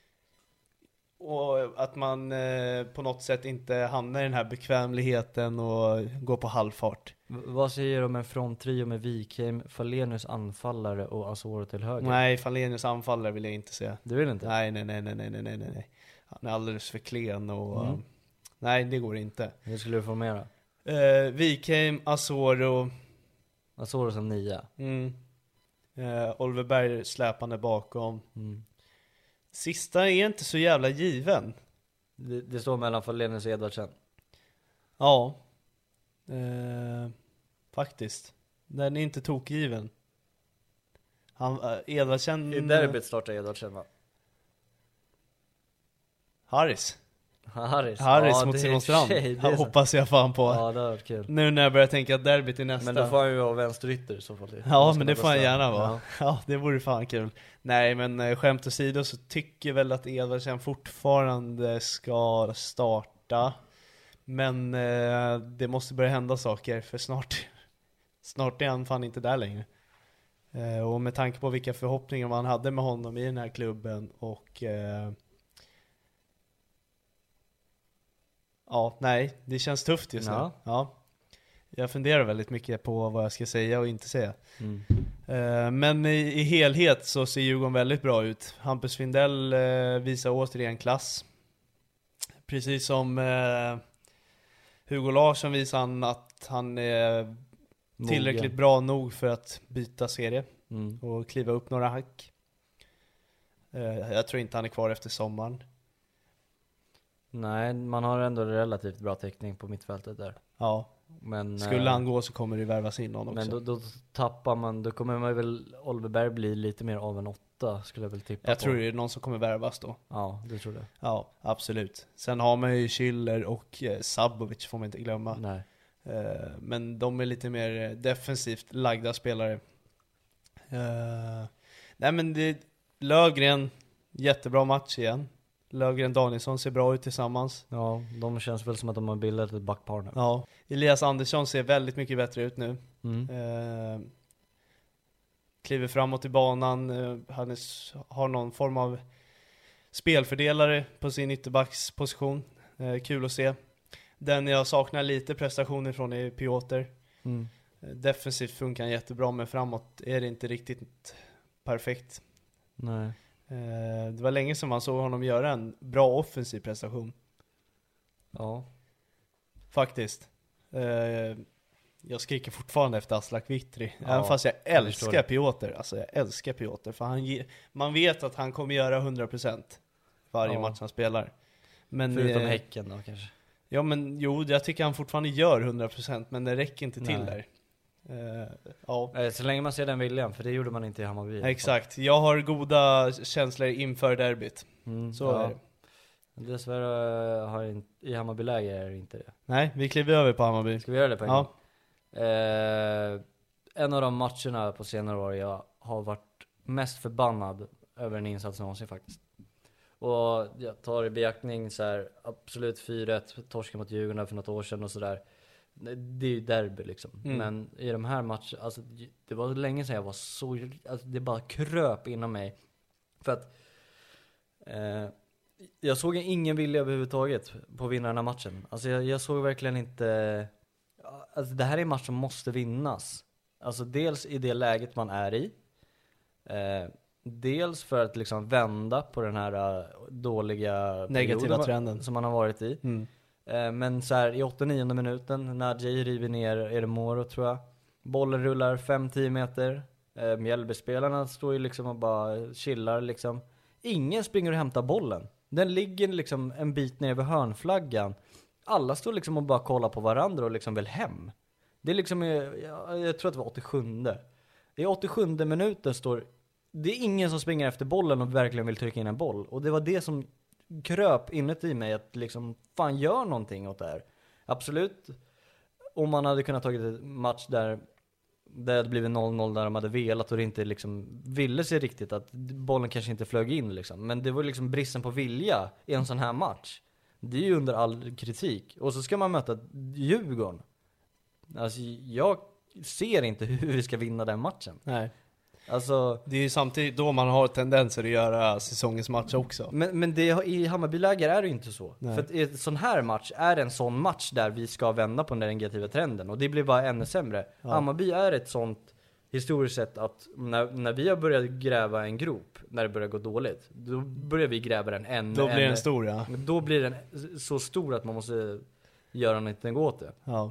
och att man eh, på något sätt inte hamnar i den här bekvämligheten och går på halvfart. V- vad säger du om en fronttrio med Wikheim, Falenius anfallare och Asoro till höger? Nej, Falenius anfallare vill jag inte se. Du vill inte? Nej, nej, nej, nej, nej, nej, nej, nej. Han är alldeles för klen och... Mm. Nej, det går inte. Hur skulle du formera? Eh, Wikheim, Asoro... Asoro som nia. Mm. Eh, Oliver Berg släpande bakom. Mm. Sista är inte så jävla given. Det, det står mellan Falenius och Edvardsen. Ja. Eh, faktiskt. Den är inte tokgiven. Han, eh, Edvardsen... I derbyt startar Edvardsen, va? Harris. Harris, Harris ja, mot det är Simonsstrand. tjej, det är Jag så. hoppas jag fan på. Ja, det har varit kul. Nu när jag börjar tänka att derbyt är nästa. Men då får han ju vara vänsterytter i så fall. Ja, men det får han gärna vara. Ja. Ja, det vore fan kul. Nej, men eh, skämt åsido så tycker väl att Edvardsen fortfarande ska starta. Men eh, det måste börja hända saker, för snart snart är han fan inte där längre. Eh, och med tanke på vilka förhoppningar man hade med honom i den här klubben och eh, ja, nej, det känns tufft just nu. Ja. Ja. Jag funderar väldigt mycket på vad jag ska säga och inte säga. Mm. Eh, Men i, i helhet så ser Djurgården väldigt bra ut. Hampus Findell eh, visar återigen klass. Precis som eh, Hugo Larsson visar han att han är tillräckligt Mogen. bra nog för att byta serie Mm. och kliva upp några hack. Eh, jag tror inte han är kvar efter sommaren. Nej, man har ändå relativt bra täckning på mittfältet där. Ja, Men, skulle eh, han gå så kommer det värvas in någon också. Men då, då tappar man, då kommer man väl, Oliver Berg bli lite mer av en åtta, skulle jag väl tippa jag på. tror det är någon som kommer värvas då. Ja, det tror jag. Ja, absolut. Sen har man ju Schiller och eh, Sabovic får man inte glömma. Nej. Eh, men de är lite mer defensivt lagda spelare. Eh, nej men det, Löfgren, jättebra match igen. Löfgren Danielsson ser bra ut tillsammans. Ja, de känns väl som att de har bildat ett backpar nu. Ja. Elias Andersson ser väldigt mycket bättre ut nu. Mm. Eh, kliver framåt i banan. Eh, han är, har någon form av spelfördelare på sin ytterbacksposition. Eh, kul att se. Den jag saknar lite prestationer från är Piotr. Mm. Eh, defensivt funkar han jättebra, men framåt är det inte riktigt perfekt. Nej. Eh, det var länge som man såg honom göra en bra offensiv prestation. Ja. Faktiskt. Eh, jag skriker fortfarande efter Aslak Witry. Ja, Även fast jag jag förstår älskar det. Piotr. Alltså jag älskar Piotr. För han ge, man vet att han kommer göra hundra procent varje Ja. match han spelar. Men, Förutom eh, Häcken då kanske. Ja men jo, jag tycker han fortfarande gör hundra procent. Men det räcker inte till Nej. där. Eh, ja. Eh, Så länge man ser den viljan, för det gjorde man inte i Hammarby. Exakt. Jag har goda känslor inför derbyt. Mm, Så ja. är det. Dessvärre har in, i Hammarbyläge är det inte det. Nej, vi kliver över på Hammarby. Ska vi göra det på en Ja. gång? Eh, en av de matcherna på senare år jag har varit mest förbannad över en insats någonsin faktiskt. Och jag tar i beaktning så här, absolut fyra ett, torsken mot Djurgården för något år sedan och sådär. Det är ju derby liksom. Mm. Men i de här matcherna, alltså det var länge sedan jag var så, alltså det bara kröp inom mig. För att eh, jag såg ingen vilja överhuvudtaget på att vinna den här matchen. Alltså jag, jag såg verkligen inte, alltså det här är en match som måste vinnas. Alltså dels i det läget man är i. Eh, dels för att liksom vända på den här uh, dåliga Negativa perioden trenden som man har varit i. Mm. Eh, men så här i åttionionde minuten när Jay river ner Eremoro tror jag. Bollen rullar fem till tio meter. Eh, Mjällbyspelarna står ju liksom och bara chillar liksom. Ingen springer och hämtar bollen. Den ligger liksom en bit ner vid hörnflaggan. Alla står liksom och bara kollar på varandra och liksom väl hem. Det är liksom, jag, jag tror att det var åttiosjunde. I åttiosjunde minuten står, det är ingen som springer efter bollen och verkligen vill trycka in en boll. Och det var det som kröp inuti mig, att liksom, fan gör någonting åt det här. Absolut, om man hade kunnat tagit en match där det hade blivit noll noll där de hade velat och det inte liksom ville sig riktigt, att bollen kanske inte flög in liksom. Men det var liksom bristen på vilja i en sån här match. Det är ju under all kritik. Och så ska man möta Djurgården. Alltså jag ser inte hur vi ska vinna den matchen. Nej. Alltså, Det är ju samtidigt då man har tendenser att göra säsongens match också. men, men det, i Hammarbyläger är det ju inte så. Nej. För att en sån här match är en sån match där vi ska vända på den negativa trenden. Och det blir bara ännu sämre. Ja. Hammarby är ett sånt historiskt sett att när, när vi har börjat gräva en grop, när det börjar gå dåligt, då börjar vi gräva den ännu. Då blir ännu, den stor, ja. Men då blir den så stor att man måste göra någonting åt det. Ja.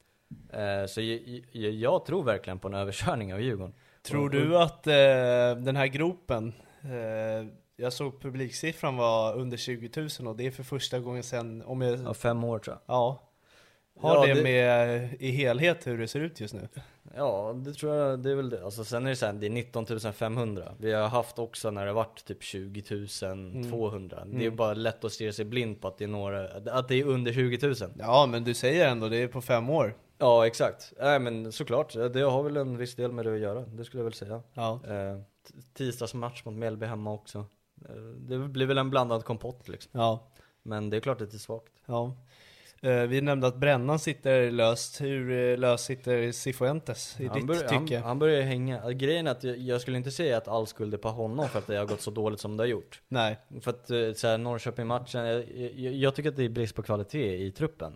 Eh, så jag, jag, jag tror verkligen på en överkörning av Djurgården. Tror Och- du att eh, den här gropen, eh, jag såg publiksiffran var under tjugo tusen och det är för första gången sen, om jag, Ja, fem år tror jag. ja, Har Ja, det, det- med i helhet hur det ser ut just nu? Ja, det tror jag, det är väl det. Alltså sen är det så här, det är nitton tusen femhundra. Vi har haft också när det har varit typ tjugo tusen tvåhundra. Det är Mm. bara lätt att stirra sig blind på att det är några, att det är under tjugo tusen. Ja, men du säger ändå det är på fem år. Ja, exakt. Nej, men såklart, det har väl en viss del med det att göra, det skulle jag väl säga. Ja. Eh, t- tisdagsmatch mot Mjällby hemma också. Eh, det blir väl en blandad kompott liksom. Ja. Men det är klart att det är svagt. Ja. Eh, vi nämnde att Brännan sitter löst. Hur eh, löst sitter Cifuentes i Han, ditt börjar, han, tycke? han börjar hänga. Grejen är att jag, jag skulle inte säga att all skuld är på honom för att det har gått så dåligt som det har gjort. Nej. För att eh, så här, Norrköping-matchen, jag, jag, jag tycker att det är brist på kvalitet i truppen.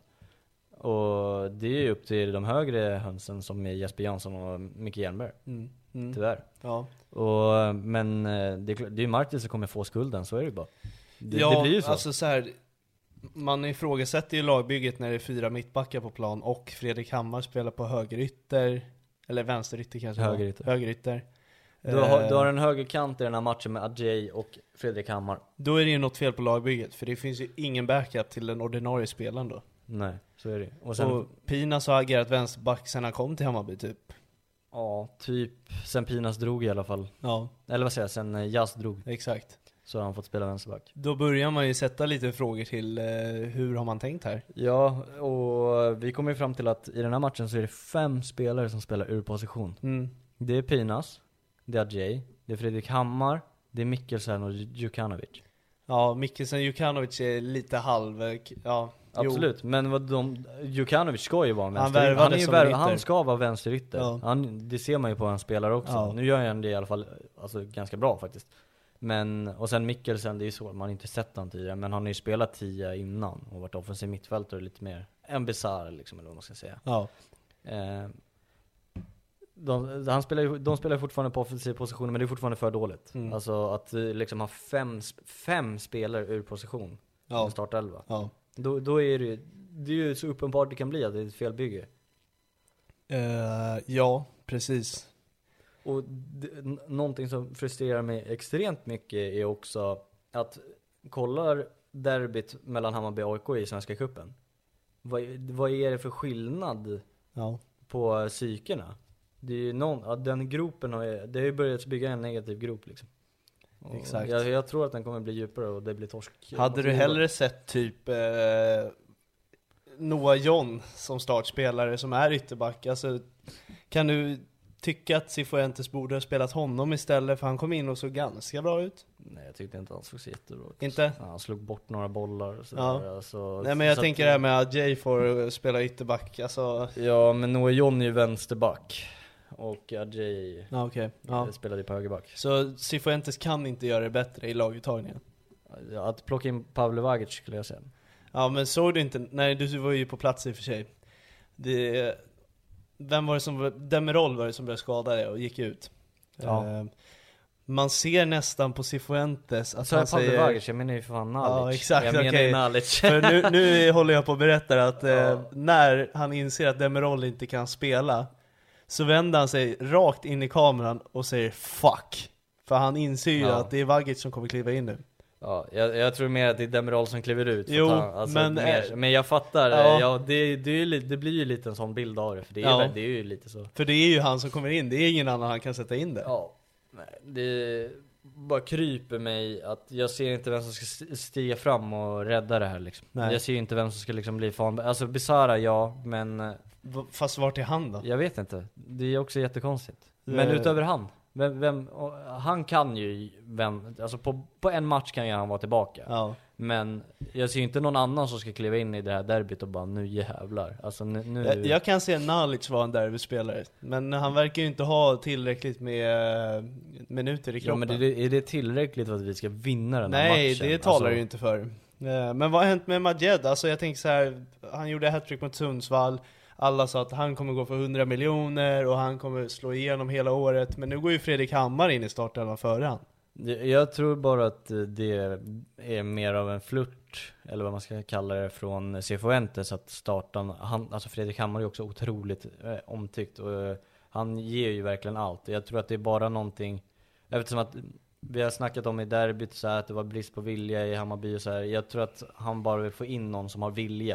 Och det är ju upp till de högre hönsen som är Jesper Jansson och Micke Hjelmberg, Mm. Mm. tyvärr. Ja. Och, men eh, det är, klart- det är ju Martin som kommer få skulden, så är det ju bara. Det, ja, det blir ju så. alltså så här, man ifrågasätter ju lagbygget när det är fyra mittbackar på plan och Fredrik Hammar spelar på högerytter, eller vänsterytter kanske. Högerytter. Högerytter. Du har, Eh, du har en högerkant i den här matchen med Adjei och Fredrik Hammar. Då är det ju något fel på lagbygget, för det finns ju ingen backup till den ordinarie spelaren då. Nej, så är det. Och sen, Och Pinas har agerat vänsterback sen han kom till Hammarby typ. ja, typ sen Pinas drog i alla fall. Ja, Eller vad säger jag, sen eh, Jazz drog. exakt. Så har han fått spela vänsterback. Då börjar man ju sätta lite frågor till eh, hur har man tänkt här? Ja, och vi kommer ju fram till att i den här matchen så är det fem spelare som spelar ur position. Mm. Det är Pinas, det är Adjei, det är Fredrik Hammar, det är Mikkelsen och Djukanovic. Ja, Mikkelsen Djukanovic är lite halv, ja. jo. Absolut, men vad de, Djukanovic ska ju vara en Han vänsterytter. Han, värvades är ju som värv, rytter. han ska vara vänsterytter. Ja. Han, det ser man ju på en spelare också. Ja. Nu gör han det i alla fall alltså, ganska bra faktiskt. Men, och sen Mikkelsen, det är ju så, man har inte sett han tidigare, men han har ju spelat tio innan och varit offensiv mittfältare lite mer en bizarr liksom, eller vad man ska säga. Ja. Eh, de, han spelar ju, de spelar ju fortfarande på offensiv position, men det är fortfarande för dåligt. Mm. Alltså att eh, liksom ha fem, sp- fem spelare ur position i Ja. en startelva. Ja. Då, då är det ju, det är ju så uppenbart det kan bli att det är ett felbygge. Eh, ja, precis. Och det, n- någonting som frustrerar mig extremt mycket är också att kollar derbyt mellan Hammarby och A I K i Svenska cupen. Vad, vad är det för skillnad Ja. på psykerna? Det är ju någon, ja, den gropen har, det har ju börjat bygga en negativ grop liksom. Och Exakt. Jag, jag tror att den kommer bli djupare och det blir torsk. Hade du hellre sett typ eh, Noah John som startspelare som är ytterback? Alltså, kan du tycka att Cifuentes borde ha spelat honom istället? För han kom in och såg ganska bra ut. Nej, jag tyckte inte han såg så jättebra ut. Inte? Ja, han slog bort några bollar och så Ja. där, alltså, Nej, men jag så tänker att, det här med att Jay får spela ytterback. Alltså, Ja, men Noah John är ju vänsterback. Och Adjei ja, okej. Ja. ja. spelade ju på högerback. Så Cifuentes kan inte göra det bättre i laguttagningen. Att plocka in Pavle Vagic skulle jag säga. Ja, men såg du inte? Nej, du var ju på plats i och för sig. Det, vem var det som, Demirol var det som blev skadad och gick ut. Ja. Eh, man ser nästan på Cifuentes att Så han jag Pavle säger... Vagic, jag menar ju för fan Nalic. Ja, exakt, Jag menar okej. ju Nalic. För nu, nu håller jag på att berätta att eh, Ja. när han inser att Demirol inte kan spela, så vänder han sig rakt in i kameran och säger fuck. För han inser ju Ja. att det är Vagic som kommer kliva in nu. Ja, jag, jag tror mer att det är Demirol som kliver ut. för Jo, att han, alltså, men, mer, eh, men jag fattar, ja. ja, ja det, det, är ju, li- det blir ju lite en sån bild av det. För det är, Ja. väl, det är ju lite så. För det är ju han som kommer in, det är ingen annan han kan sätta in det. Ja, nej, det bara kryper mig att jag ser inte vem som ska st- stiga fram och rädda det här liksom. Nej. Jag ser ju inte vem som ska liksom bli fan. Alltså Bizarra, ja, men eh, V- Fast vart är han då? jag vet inte. Det är också jättekonstigt. Men Eh. utöver han, vem, vem, och han kan ju, vem, alltså på, på en match kan ju han vara tillbaka. Ja. Men jag ser ju inte någon annan som ska kliva in i det här derbyt och bara nu jävlar. Alltså nu, nu... Jag, jag kan se Nalic vara en derbyspelare, men han verkar ju inte ha tillräckligt med eh, minuter i Ja, kroppen. men är det, är det tillräckligt för att vi ska vinna den här Nej, matchen? det talar Alltså, ju inte för. Eh, Men vad har hänt med Majed? Alltså jag tänker så här, han gjorde hattrick mot Sundsvall. Alla sa att han kommer gå för hundra miljoner och han kommer slå igenom hela året. Men nu går ju Fredrik Hammar in i starten före han. Jag jag tror bara att det är mer av en flört, eller vad man ska kalla det, från Cifuentes att starta. Han, alltså Fredrik Hammar är också otroligt eh, omtyckt och eh, han ger ju verkligen allt. Jag tror att det är bara någonting, eftersom att vi har snackat om i derbyt så här, att det var brist på vilja i Hammarby och så här. Jag tror att han bara vill få in någon som har vilja.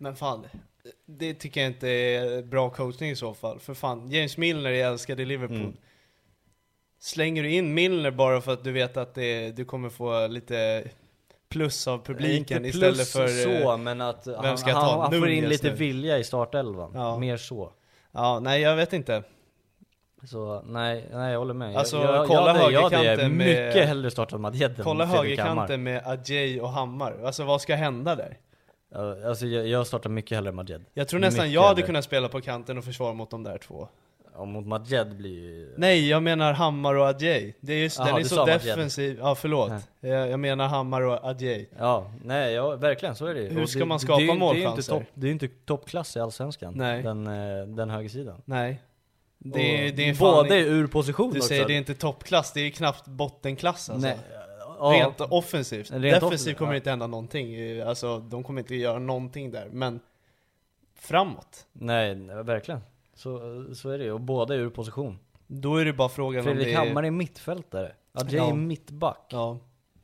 Men fan, det tycker jag inte är bra coachning i så fall. För fan, James Milner är älskad i Liverpool. Mm. Slänger du in Milner bara för att du vet att det, du kommer få lite plus av publiken inte istället plus för så, men att vem han, ska jag ta? han, han får in lite nu? vilja i startelvan. Ja. Mer så. Ja, nej jag vet inte. Så nej, nej jag håller med. Alltså, jag, jag, kolla jag, jag hade högerkanten mycket med, hellre startat Madjed än kolla Fredrik Hammar. högerkanten med Adjei och Hammar. Alltså vad ska hända där? Ja, alltså jag, jag startar mycket hellre Madjed. Jag tror nästan mycket jag hade hellre. kunnat spela på kanten och försvara mot de där två. Ja, mot Madjed blir ju... Nej, jag menar Hammar och Adjei. Det är just, Aha, den är du så sa defensiv. Ja, förlåt. Jag, jag menar Hammar och Adjei. Ja, nej, ja, verkligen så är det. Hur och ska det, man skapa det, det, målchanser? Det är ju inte, top, inte toppklass i Allsvenskan. Nej. Den, den högersidan. Nej. Det, det är både fan, ur position du också. säger det är inte toppklass, det är knappt bottenklass alltså. Nej. Ja, rent offensivt. Rent Defensivt offensivt, kommer ja. det inte hända någonting. Alltså, de kommer inte göra någonting där. Men framåt. Nej, verkligen. Så, så är det ju. Och båda är ur position. Då är det bara frågan Fredrik om det är... Hammar är mittfältare. Adjei Ja. är mittback. Ja.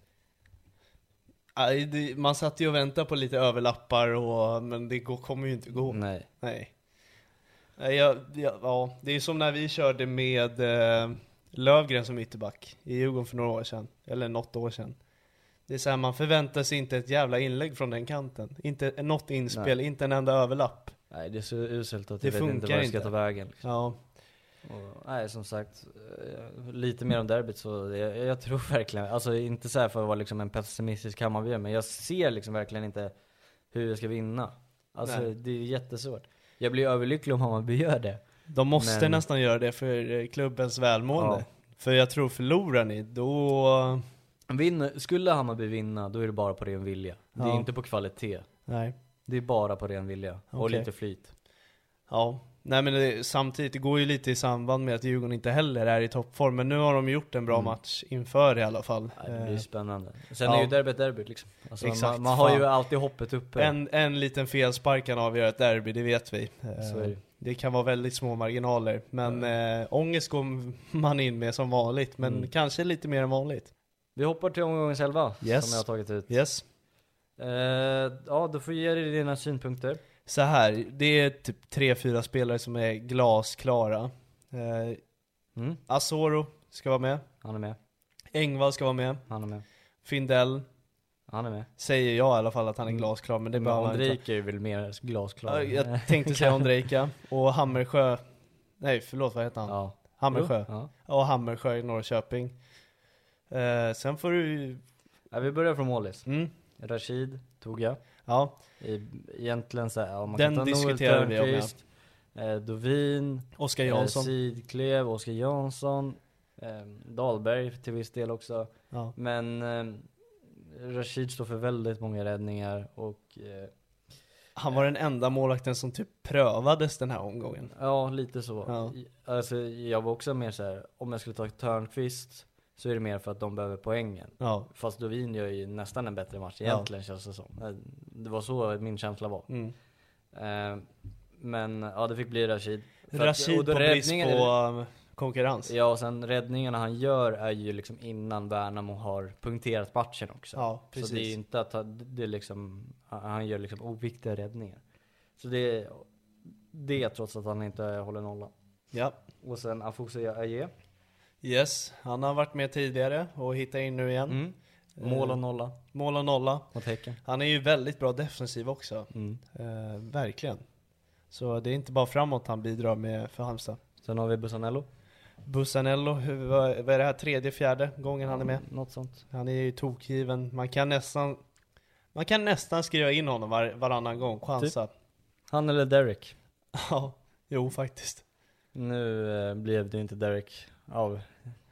Aj, det, man satt ju och väntade på lite överlappar och, men det går, kommer ju inte gå. Nej. Nej. Nej, jag, jag, ja, det är som när vi körde med eh, Lövgren som ytterback i Djurgården för några år sedan. Eller något år sedan. Det är så här, man förväntar sig inte ett jävla inlägg från den kanten. Inte något inspel, Nej. inte en enda överlapp. Nej, det är så uselt att Det jag vet inte funkar vad jag ska inte. ta vägen. Liksom. Ja. Och, nej, som sagt, eh, lite mer om derbyt så jag, jag tror verkligen, alltså inte så här för att vara liksom en pessimistisk Hammarby, men jag ser liksom verkligen inte hur jag ska vinna. Alltså Nej. det är jättesvårt. Jag blir överlycklig om Hammarby gör det. De måste Men- nästan göra det för eh, klubbens välmående. Ja. För jag tror förlorar ni, då... Vinner, skulle Hammarby vinna, då är det bara på ren vilja. Det är Ja. inte på kvalitet. Nej. Det är bara på ren vilja. Och Okej. lite flyt. Ja, nej men det, samtidigt, det går ju lite i samband med att Djurgården inte heller är i toppform. Men nu har de gjort en bra Mm. match inför i alla fall. Nej, det blir Eh, spännande. Sen ja. är ju derbyt derbyt liksom. Alltså Exakt, man, man har ju fan. alltid hoppet uppe. en, en liten felspark kan avgöra ett derby, det vet vi. Eh, Så är det. det kan vara väldigt små marginaler. Men äh, ångest går man in med som vanligt. Men Mm. kanske lite mer än vanligt. Vi hoppar till omgångens elva Yes. som jag har tagit ut. Yes. Eh, ja, då får jag ge dig dina synpunkter. Så här, det är typ tre, fyra spelare som är glasklara. Eh, Mm. Asoro ska vara med. Han är med. Engvall ska vara med. Han är med. Findell Han är med. säger jag i alla fall att han är glasklar, men det Men behöver han inte. Ondrejka är väl mer glasklar. Ja, jag tänkte säga Ondrejka. Och Hammersjö. Nej, förlåt, vad heter han? Ja. Hammersjö. Ja. Och Hammersjö i Norrköping. Eh, sen får du... Ja, vi börjar från målis. Mm, Rashid tog jag. ja, I, egentligen så här, ja, man Den kan ta Noel diskuterar vi om, Törnqvist, eh, Dovin, Oskar eh, Jansson. Sidklev, Oskar Jansson, eh, Dahlberg till viss del också. Ja. Men eh, Rashid står för väldigt många räddningar och eh, Han var den enda målvakten som typ prövades den här omgången. ja, lite så. Ja. I- Alltså, jag var också mer så här, om jag skulle ta Törnqvist så är det mer för att de behöver poängen. Ja. Fast Dovin gör ju nästan en bättre match Ja. egentligen, känns det som. Eh, Det var så min känsla var. Mm. Eh, men ja, det fick bli Rashid. För att- Rashid och då på brist räddningen- på um, konkurrens. Ja, och sen räddningarna han gör är ju liksom innan Värnamo har punkterat matchen också. Ja, så precis. det är ju inte att han, det är liksom, han gör liksom oviktiga räddningar. Så det, det är trots att han inte håller nollan. Ja. Och sen Afousé Aje. Yes, han har varit med tidigare och hittar in nu igen. Mm. Mål och nolla Mål och nolla. mot Häcken. Han är ju väldigt bra defensiv också. Mm. Eh, verkligen. Så det är inte bara framåt han bidrar med för Halmstad. Sen har vi Bussanello. Bussanello, hur- vad vad är det här? Tredje, fjärde gången han är med? Något sånt. Han är ju tokgiven. Man kan nästan Man kan nästan skriva in honom var, varannan gång. Chansa. Han eller Derek. Ja, jo faktiskt. Nu eh, blev det inte Derek av.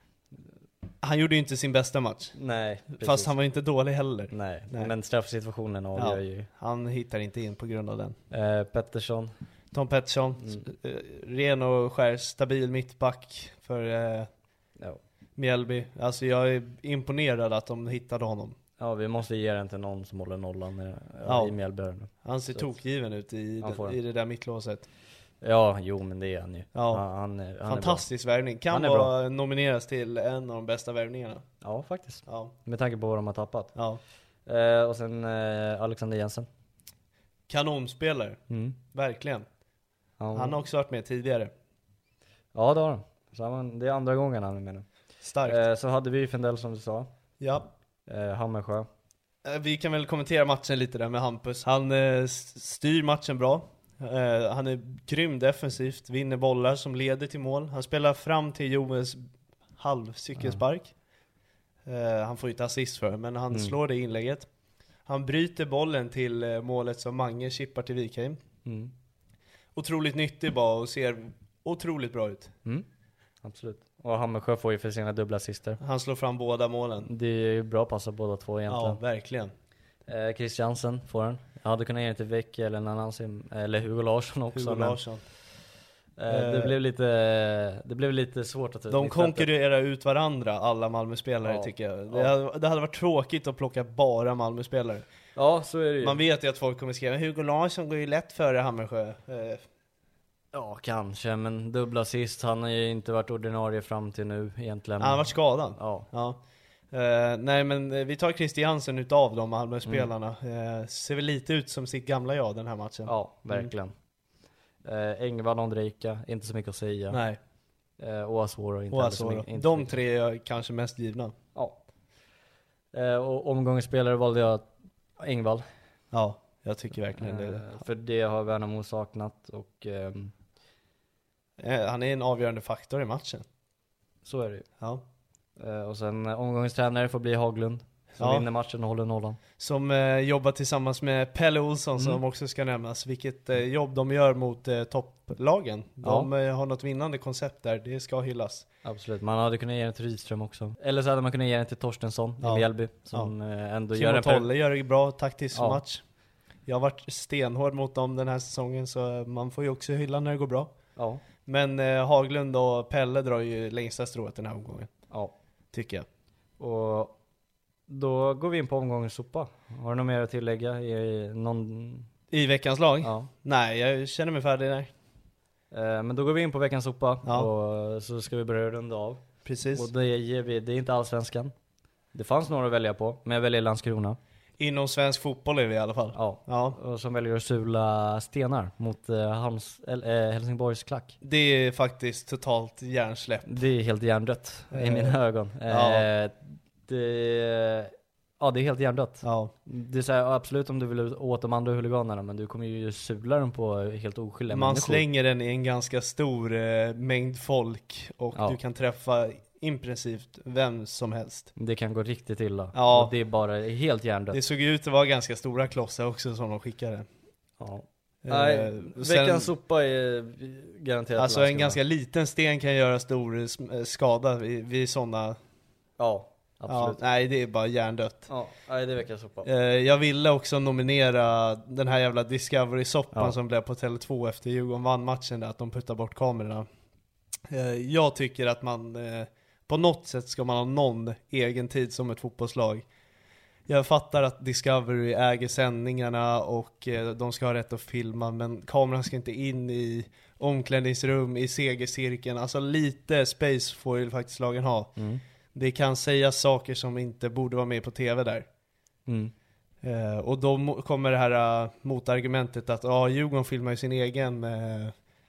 Han gjorde ju inte sin bästa match. Nej, precis. Fast han var inte dålig heller. Nej, Nej. men straffsituationen avgör Ja. ju. Han hittar inte in på grund av den. Eh, Pettersson. Tom Pettersson, Mm. eh, ren och skär, stabil mittback för eh, Ja. Mjällby. Alltså jag är imponerad att de hittade honom. Ja, vi måste ge den till någon som håller nollan i, Ja. i Mjällby. Han ser Så- tokgiven ut i, Han får det, den. i det där mittlåset. Ja, jo men det är han ju. Ja. Han, han, är, han Fantastisk värvning. Kan Han är vara nomineras till en av de bästa värvningarna. är bra. Ja, faktiskt. Ja. Med tanke på vad de har tappat. Ja. Eh, och sen eh, Alexander Jensen. Kanonspelare, Mm. verkligen. Ja. Han har också varit med tidigare. Ja, det har han. Så han. Det är andra gången han är med nu. Starkt. Eh, så hade vi Fendell som du sa. Ja. Eh, Hammersjö. Eh, Vi kan väl kommentera matchen lite där med Hampus. Han eh, styr matchen bra. Eh, han är grym defensivt, vinner bollar som leder till mål. Han spelar fram till Joels halvcykelspark. Eh, han får ju inte assist för, men han Mm. slår det inlägget. Han bryter bollen till eh, målet som Mange chippar till Wikheim. Mm. Otroligt nyttig bara och ser otroligt bra ut. Mm. Absolut. Och Hammersjö får ju för sina dubbla assister. Han slår fram båda målen. Det är ju bra passar båda två egentligen. Ja, verkligen. Eh, Christiansen får den. Jag hade kunnat ge den till Vecchi eller en annan sim, eller Hugo Larsson också. Hugo men, Larsson. eh, det, Eh, blev lite, det blev lite svårt att ta ut De mittfältet. konkurrerar ut varandra, alla Malmö-spelare Ja. tycker jag. Det, Ja. hade, det hade varit tråkigt att plocka bara Malmö-spelare. Ja, så är det ju. Man vet ju att folk kommer skriva Hugo Larsson går ju lätt före Hammersjö. Eh, Ja, kanske, men dubbla sist. Han har ju inte varit ordinarie fram till nu egentligen. Han har varit skadad. Ja. Ja. Eh, nej men eh, vi tar Christiansen utav de Malmö-spelarna. Eh, ser väl lite ut som sitt gamla jag den här matchen. Ja, verkligen. Eh, Engvall och Ondrejka, inte så mycket att säga. Nej, Eh, Oasvoro, inte och heller så alltså, mycket- inte så de mycket. tre är kanske mest givna. Ja. Eh, och omgångens spelare valde jag Engvall. Ja, jag tycker verkligen det. Eh, för det har Värnamo saknat och ehm, Eh, han är en avgörande faktor i matchen. så är det ju. Ja. Eh, och sen eh, omgångens tränare får bli Haglund. Som Ja. vinner matchen och håller nollan. Som eh, jobbar tillsammans med Pelle Olsson Mm. som också ska nämnas. Vilket eh, jobb de gör mot eh, topplagen. De eh, har något vinnande koncept där, det ska hyllas. Absolut, man hade kunnat ge den till Rydström också. Eller så hade man kunnat ge den till Ja. Torstensson i Mjällby. Som eh, ändå Kim gör en och per- Tolle gör en bra taktisk Ja. match. Jag har varit stenhård mot dem den här säsongen så man får ju också hylla när det går bra. Ja, Men eh, Haglund och Pelle drar ju längsta strået den här omgången, ja. tycker jag. Och då går vi in på omgångens sopa. Har du något mer att tillägga? I någon... I veckans lag? Ja. Nej, jag känner mig färdig där. Eh, men då går vi in på veckans sopa. Ja. Och så ska vi börja runda av. Precis. Och det ger vi, det är inte Allsvenskan. Det fanns några att välja på, men jag väljer Landskrona. Inom svensk fotboll är vi i alla fall. Ja. Ja. Och som väljer att sula stenar mot eh, Halms, äh, Helsingborgs klack. Det är faktiskt totalt hjärnsläpp. Det är helt hjärndött i Eh, mina ögon. ja. Eh, det, ja, det är helt hjärndött. Ja. Det är så här, absolut om du vill åt de andra huliganerna, men du kommer ju sula dem på helt oskyldiga Man människor. slänger den i en ganska stor eh, mängd folk och Ja. du kan träffa i princip vem som helst. Det kan gå riktigt illa. Ja. Och det är bara helt hjärndött. Det såg ju ut att vara ganska stora klossar också som de skickade. Ja. Eh, Nej, och sen- veckans sopa är garanterat Alltså en Landskrona. ganska liten sten kan göra stor sm- skada vid, vid sådana. Ja, Ja, absolut. nej, det är bara hjärndött. Ja, nej, det är veckans sopa. Eh, jag ville också nominera den här jävla Discovery-soppan Ja. som blev på Tele två efter Djurgården vann matchen där, att de puttar bort kamerorna. Eh, jag tycker att man eh, på något sätt ska man ha någon egen tid som ett fotbollslag. Jag fattar att Discovery äger sändningarna och eh, de ska ha rätt att filma, men kameran ska inte in i omklädningsrum, i segercirkeln. Alltså lite space får ju faktiskt lagen ha. Mm. Det kan sägas saker som inte borde vara med på tv där. Mm. Eh, och då mo- kommer det här uh, motargumentet att ja, Djurgården filmar ju sin egen uh,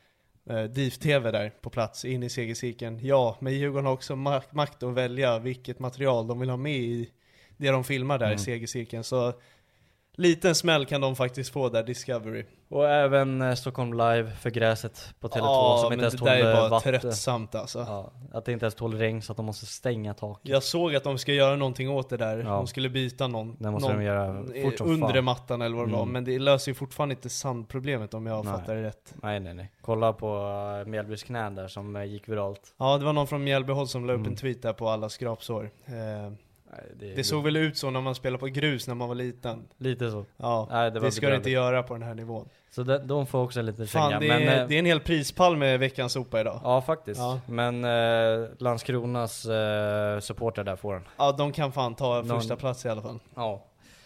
uh, D I F-tv där på plats in i segercirkeln. Ja, men Djurgården har också ma- makt att välja vilket material de vill ha med i det de filmar där Mm. i segercirkeln. Så liten smäll kan de faktiskt få där, Discovery. Och även eh, Stockholm Live för gräset på Tele två Ja, som men inte ens det tål där är bara vatten. tröttsamt alltså. Ja, att det inte ens tål regn så att de måste stänga taket. Jag såg att de ska göra någonting åt det där. Ja. De skulle byta någon, Det måste någon de göra fort som undre fan. mattan eller vad det var. Mm. Men det löser ju fortfarande inte sandproblemet om jag Nej. fattar det rätt. Nej, nej, nej. Kolla på uh, Mjällbys knän där som uh, gick viralt. Ja, det var någon från Mjällbyhåll som la upp Mm. en tweet där på alla skrapsår. Eh, Nej, det, det såg väl ut så när man spelade på grus när man var liten. lite så. Ja, Nej, det det, var ska det inte bedrövligt. göra på den här nivån. Så de, de får också en liten Fan, känga. det, Men, är, eh, det är en hel prispall med veckans sopa idag. Ja. ja, faktiskt. Ja. Men uh, Landskronas uh, supporter där får den. de kan fan ta Någon- första plats i alla fall. Ja.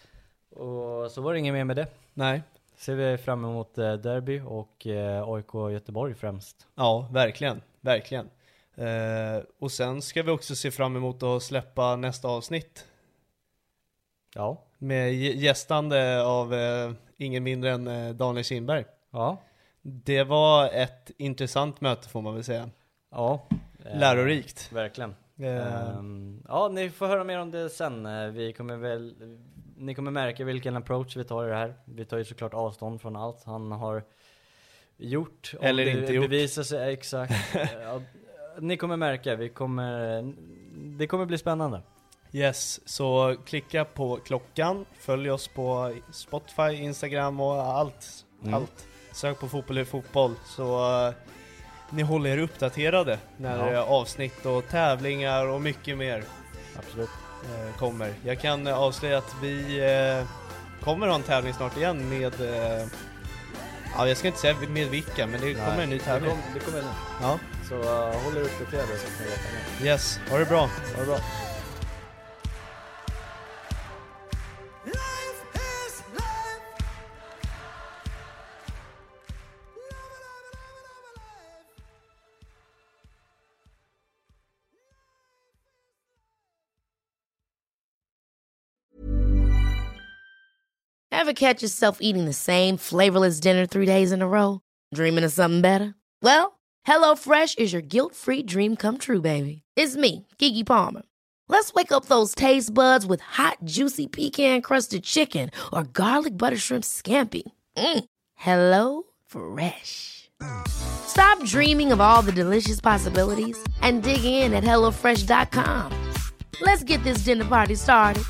Och så var det inget mer med det. Nej, Ser vi fram emot uh, derby och uh, A I K Göteborg främst. ja, verkligen. Verkligen. Eh, och sen ska vi också se fram emot att släppa nästa avsnitt. Ja. Med gä- gästande av eh, ingen mindre än eh, Daniel Kindberg. Ja. Det var ett intressant möte får man väl säga. Ja. Eh, Lärorikt. Verkligen. Eh, Ehm, ja, ni får höra mer om det sen. Eh, Vi kommer väl, ni kommer märka vilken approach vi tar i det här. Vi tar ju såklart avstånd från allt han har gjort. Om Eller det inte gjort. bevisar sig, exakt. Ja, ni kommer märka, vi kommer, det kommer bli spännande. Yes, så klicka på klockan, följ oss på Spotify, Instagram och allt. Mm. allt. Sök på fotboll i fotboll så uh, ni håller er uppdaterade när Ja. uh, avsnitt och tävlingar och mycket mer Absolut. uh, kommer. Jag kan uh, avslöja att vi uh, kommer ha en tävling snart igen med, uh, ja jag ska inte säga med vilka, men det kommer en ny det, tävling. kom, det kommer nu. Ja. Så uh, håll er uppdaterade så kan ni veta mer. Yes, ha det bra. Ha det bra. Ever catch yourself eating the same flavorless dinner three days in a row? Dreaming of something better? Well, HelloFresh is your guilt-free dream come true, baby. It's me, Keke Palmer. Let's wake up those taste buds with hot, juicy pecan-crusted chicken or garlic butter shrimp scampi. Mm. Hello Fresh. Stop dreaming of all the delicious possibilities and dig in at hello fresh dot com. Let's get this dinner party started.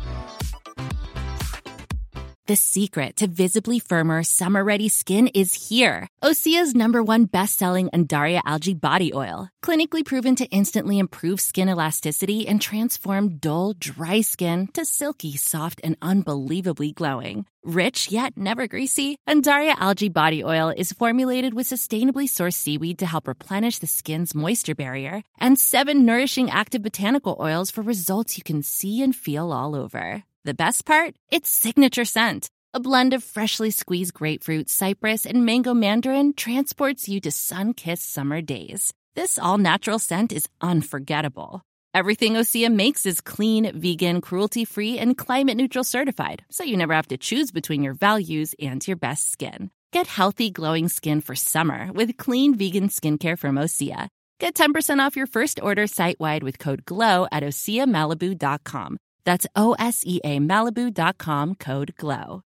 The secret to visibly firmer, summer-ready skin is here. Osea's number one best-selling Andaria Algae Body Oil. Clinically proven to instantly improve skin elasticity and transform dull, dry skin to silky, soft, and unbelievably glowing. Rich yet never greasy, Andaria Algae Body Oil is formulated with sustainably sourced seaweed to help replenish the skin's moisture barrier and seven nourishing active botanical oils for results you can see and feel all over. The best part? Its signature scent. A blend of freshly squeezed grapefruit, cypress, and mango mandarin transports you to sun-kissed summer days. This all-natural scent is unforgettable. Everything Osea makes is clean, vegan, cruelty-free, and climate-neutral certified, so you never have to choose between your values and your best skin. Get healthy, glowing skin for summer with clean, vegan skincare from Osea. Get ten percent off your first order site-wide with code GLOW at osea malibu dot com. That's O S E A Malibu dot com, code GLOW.